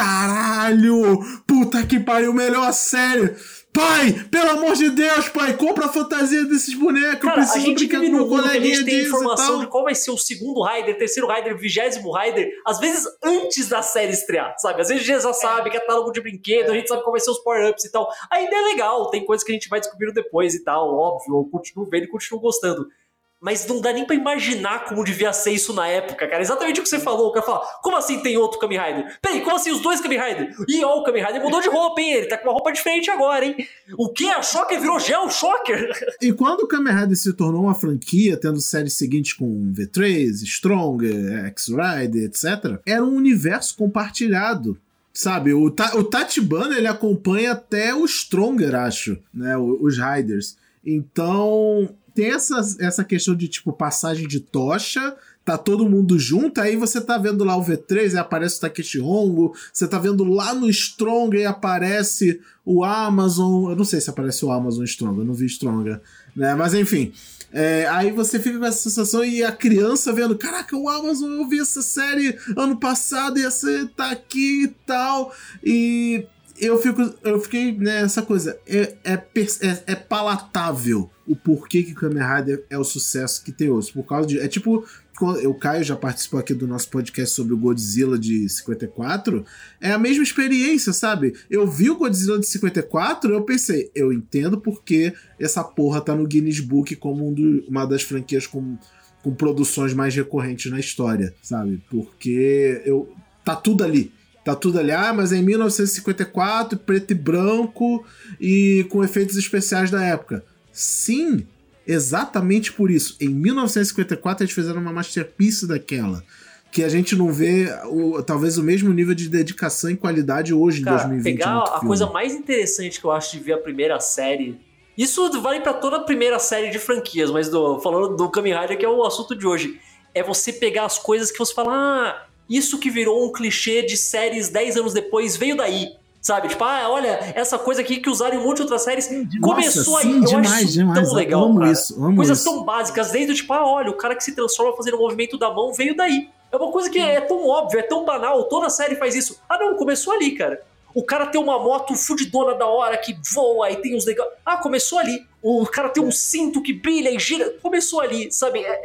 B: Caralho! Puta que pariu, melhor série. Pai, pelo amor de Deus, pai, compra a fantasia desses bonecos.
C: Cara,
B: eu preciso
C: a gente
B: brincar
C: vive
B: com
C: no
B: meu
C: mundo que a
B: coleguinha
C: gente tem
B: disso e
C: informação
B: tal.
C: de qual vai ser o segundo Rider, terceiro Rider, vigésimo Rider, às vezes antes da série estrear, sabe? Às vezes a gente já sabe, é catálogo de brinquedo, é. A gente sabe qual vai ser os power-ups e tal. Ainda é legal, tem coisas que a gente vai descobrindo depois e tal, óbvio, eu continuo vendo e continuo gostando. Mas não dá nem pra imaginar como devia ser isso na época, cara. Exatamente o que você falou. O cara fala, como assim tem outro Kamen Rider? Peraí, como assim os dois Kamen Rider? E ó, o Kamen Rider mudou de roupa, hein? Ele tá com uma roupa diferente agora, hein? O que? A Shocker virou Gel Shocker?
B: E quando o Kamen Rider se tornou uma franquia, tendo séries seguintes com V três, Stronger, X-Rider, etcétera, era um universo compartilhado. Sabe, o, Ta- o Tachibana, ele acompanha até o Stronger, acho, né? Os Riders. Então... tem essa, essa questão de, tipo, passagem de tocha, tá todo mundo junto, aí você tá vendo lá o V três e aparece o Takeshi Hongo, você tá vendo lá no Stronger e aparece o Amazon, eu não sei se aparece o Amazon Stronger, eu não vi Stronger, né, mas enfim, é, aí você fica com essa sensação e a criança vendo, caraca, o Amazon, eu vi essa série ano passado e você tá aqui e tal, e... Eu, fico, eu fiquei nessa coisa, é, é, é, é palatável o porquê que Kamen Rider é o sucesso que tem hoje. Por causa de. É tipo, o Caio já participou aqui do nosso podcast sobre o Godzilla de cinquenta e quatro. É a mesma experiência, sabe? Eu vi o Godzilla de cinquenta e quatro, eu pensei, eu entendo porque essa porra tá no Guinness Book como um do, uma das franquias com, com produções mais recorrentes na história, sabe? Porque eu, tá tudo ali. Tá tudo ali, ah, mas é em mil novecentos e cinquenta e quatro, preto e branco e com efeitos especiais da época. Sim, exatamente por isso. Em mil novecentos e cinquenta e quatro eles fizeram uma masterpiece daquela, que a gente não vê o, talvez o mesmo nível de dedicação e qualidade hoje, cara, em dois mil e vinte.
C: Pegar a filme. Coisa mais interessante que eu acho de ver a primeira série, isso vale pra toda a primeira série de franquias, mas do, falando do Kamen Rider, que é o assunto de hoje, é você pegar as coisas que você fala, ah, isso que virou um clichê de séries dez anos depois veio daí, sabe? Tipo, ah, olha, essa coisa aqui que usaram em um monte de outras séries, nossa, começou aí.
B: Sim,
C: eu
B: demais,
C: acho isso
B: demais.
C: tão legal,
B: amo
C: cara.
B: Isso, amo
C: Coisas
B: isso.
C: tão básicas, desde tipo, ah, olha, o cara que se transforma fazendo o movimento da mão veio daí. É uma coisa que é tão óbvia, é tão banal, toda série faz isso. Ah, não, começou ali, cara. O cara tem uma moto fudidona da hora que voa e tem uns legais. Ah, começou ali. O cara tem um cinto que brilha e gira. Começou ali, sabe? É... é...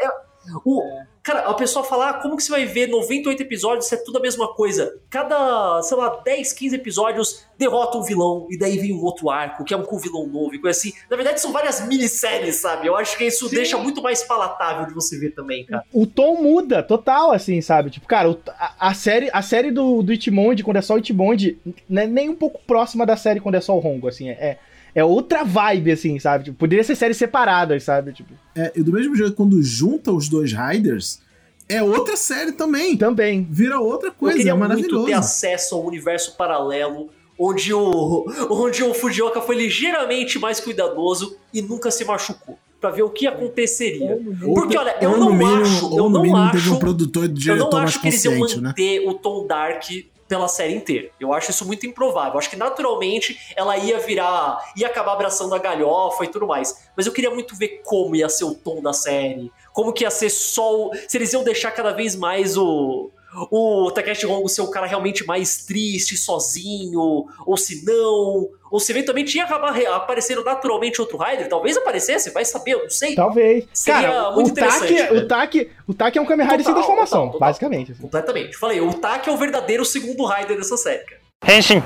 C: O, cara, a pessoa fala, ah, como que você vai ver noventa e oito episódios se é tudo a mesma coisa? Cada, sei lá, dez, quinze episódios derrota um vilão e daí vem um outro arco, que é um com vilão novo e coisa assim. Na verdade, são várias minisséries, sabe? Eu acho que isso Sim. deixa muito mais palatável de você ver também, cara.
A: O tom muda total, assim, sabe? Tipo, cara, o, a, a série, a série do, do Itmonde, quando é só o Itmonde, não é nem um pouco próxima da série quando é só o Hongo, assim, é... É outra vibe, assim, sabe? Tipo, poderia ser séries separadas, sabe? Tipo...
B: É, e do mesmo jeito, quando junta os dois Riders, é outra série também.
A: Também.
B: Vira outra coisa, é maravilhoso. Eu queria
C: muito ter acesso ao universo paralelo, onde o, onde o Fujioka foi ligeiramente mais cuidadoso e nunca se machucou. Pra ver o que aconteceria. Porque, olha, eu não
B: mínimo,
C: acho... Eu não
B: mínimo,
C: acho...
B: Teve um produtor de diretor
C: eu não
B: mais
C: acho que eles iam manter,
B: né?
C: o tom dark pela série inteira. Eu acho isso muito improvável. Eu acho que naturalmente ela ia virar, ia acabar abraçando a galhofa e tudo mais. Mas eu queria muito ver como ia ser o tom da série, como que ia ser só o... se eles iam deixar cada vez mais o o Takeshi Hongo ser o cara realmente mais triste, sozinho, ou se não, ou se eventualmente ia acabar aparecendo naturalmente outro Rider, talvez aparecesse, vai saber, eu não sei.
A: Talvez.
C: Seria
A: cara,
C: muito
A: o
C: interessante.
A: Taki, o, Taki, o Taki é um Kamen Rider sem transformação, total, total. basicamente. Assim.
C: Completamente. Falei, o Taki é o verdadeiro segundo Rider dessa série, cara.
A: Henshin.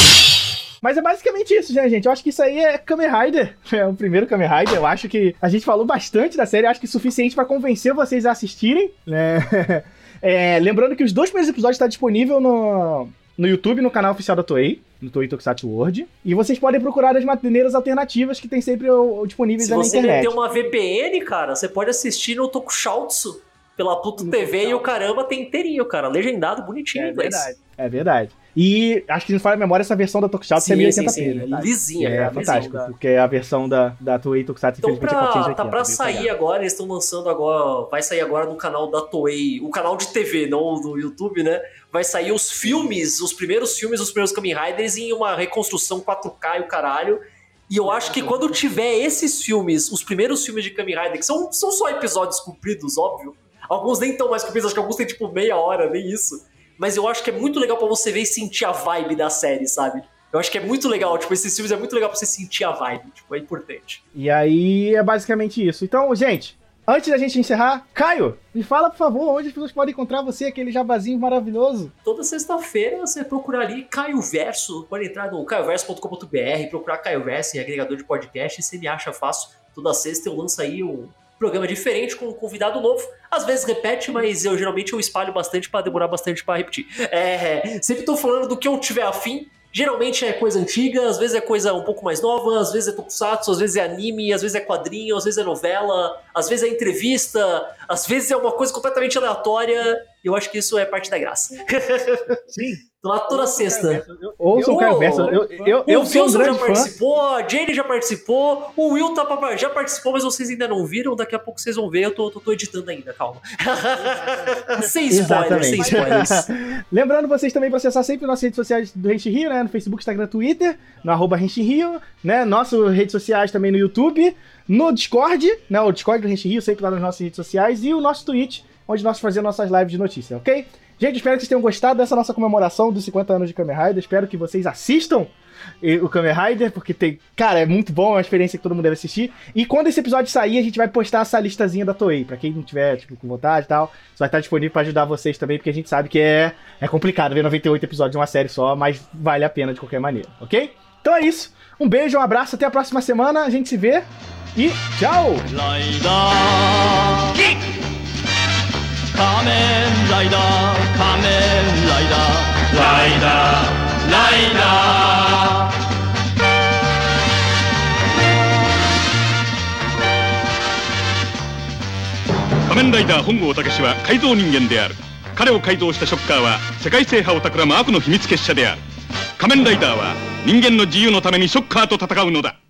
A: Mas é basicamente isso, né, gente? Eu acho que isso aí é Kamen Rider. É o primeiro Kamen Rider. Eu acho que a gente falou bastante da série. Eu acho que é suficiente pra convencer vocês a assistirem, né? É, lembrando que os dois primeiros episódios estão disponíveis no, no YouTube, no canal oficial da Toei, no Toei Tokusatsu World. E vocês podem procurar as maneiras alternativas que tem sempre o, o disponíveis na internet.
C: Se você ter uma V P N, cara, você pode assistir no Tokusatsu pela Pluto T V e o caramba tem inteirinho, cara. Legendado, bonitinho em
A: é
C: inglês.
A: Verdade. É verdade. E acho que não fala a memória, essa versão da Tokusatsu é mil e oitenta p, né?
C: Lisinha,
A: é,
C: cara.
A: É fantástico, lisinho, porque a versão da, da Toei Tokusatsu,
C: então,
A: infelizmente,
C: pra,
A: é quatrocentos e oitenta.
C: tá pra sair agora, eles estão lançando agora, vai sair agora no canal da Toei, o canal de T V, não do YouTube, né? Vai sair os filmes, os primeiros filmes, os primeiros Kamen Riders em uma reconstrução quatro K e o caralho. E eu acho que quando tiver esses filmes, os primeiros filmes de Kamen Rider, que são, são só episódios compridos, óbvio. Alguns nem tão mais compridos, acho que alguns tem tipo meia hora, nem isso. Mas eu acho que é muito legal pra você ver e sentir a vibe da série, sabe? Eu acho que é muito legal, tipo, esses filmes é muito legal pra você sentir a vibe, tipo, é importante.
A: E aí é basicamente isso. Então, gente, antes da gente encerrar, Caio, me fala, por favor, onde as pessoas podem encontrar você, aquele jabazinho maravilhoso.
C: Toda sexta-feira você procura ali Caio Verso, pode entrar no caio verso ponto com ponto b r, procurar Caio Verso em agregador de podcast e você me acha fácil. Toda sexta eu lanço aí um programa diferente com um convidado novo. Às vezes repete, mas eu geralmente eu espalho bastante pra demorar bastante pra repetir. É, sempre tô falando do que eu tiver afim. Geralmente é coisa antiga, às vezes é coisa um pouco mais nova, às vezes é tokusatsu, às vezes é anime, às vezes é quadrinho, às vezes é novela, às vezes é entrevista, às vezes é uma coisa completamente aleatória. Eu acho que isso é parte da graça.
A: Sim.
C: Tô lá toda sexta.
A: Ouça o Caio Verso. Eu, eu, eu sou um grande
C: já participou, fã. A Jane já participou, o Will tá pra, já participou, mas vocês ainda não viram. Daqui a pouco vocês vão ver. Eu tô, tô, tô editando ainda, calma. Sem spoilers, sem spoilers.
A: Lembrando vocês também para acessar sempre nossas redes sociais do Henshin Rio, né? No Facebook, Instagram, Twitter, no arroba Henshin Rio, né? Nossas redes sociais também no YouTube, no Discord, né? O Discord do Henshin Rio, sempre lá nas nossas redes sociais, e o nosso Twitch, onde nós fazemos nossas lives de notícia, ok? Gente, espero que vocês tenham gostado dessa nossa comemoração dos cinquenta anos de Kamen Rider. Espero que vocês assistam o Kamen Rider, porque tem... Cara, é muito bom, é uma experiência que todo mundo deve assistir. E quando esse episódio sair, a gente vai postar essa listazinha da Toei. Pra quem não tiver, tipo, com vontade e tal, isso vai estar disponível pra ajudar vocês também, porque a gente sabe que é, é complicado ver noventa e oito episódios de uma série só, mas vale a pena de qualquer maneira, ok? Então é isso. Um beijo, um abraço, até a próxima semana. A gente se vê e tchau!
D: Kamen Rider, Kamen Rider, Rider, Rider. 仮面ライダー本郷猛は改造人間である。彼を改造したショッカーは世界制覇を企む悪の秘密結社である。仮面ライダーは人間の自由のためにショッカーと戦うのだ。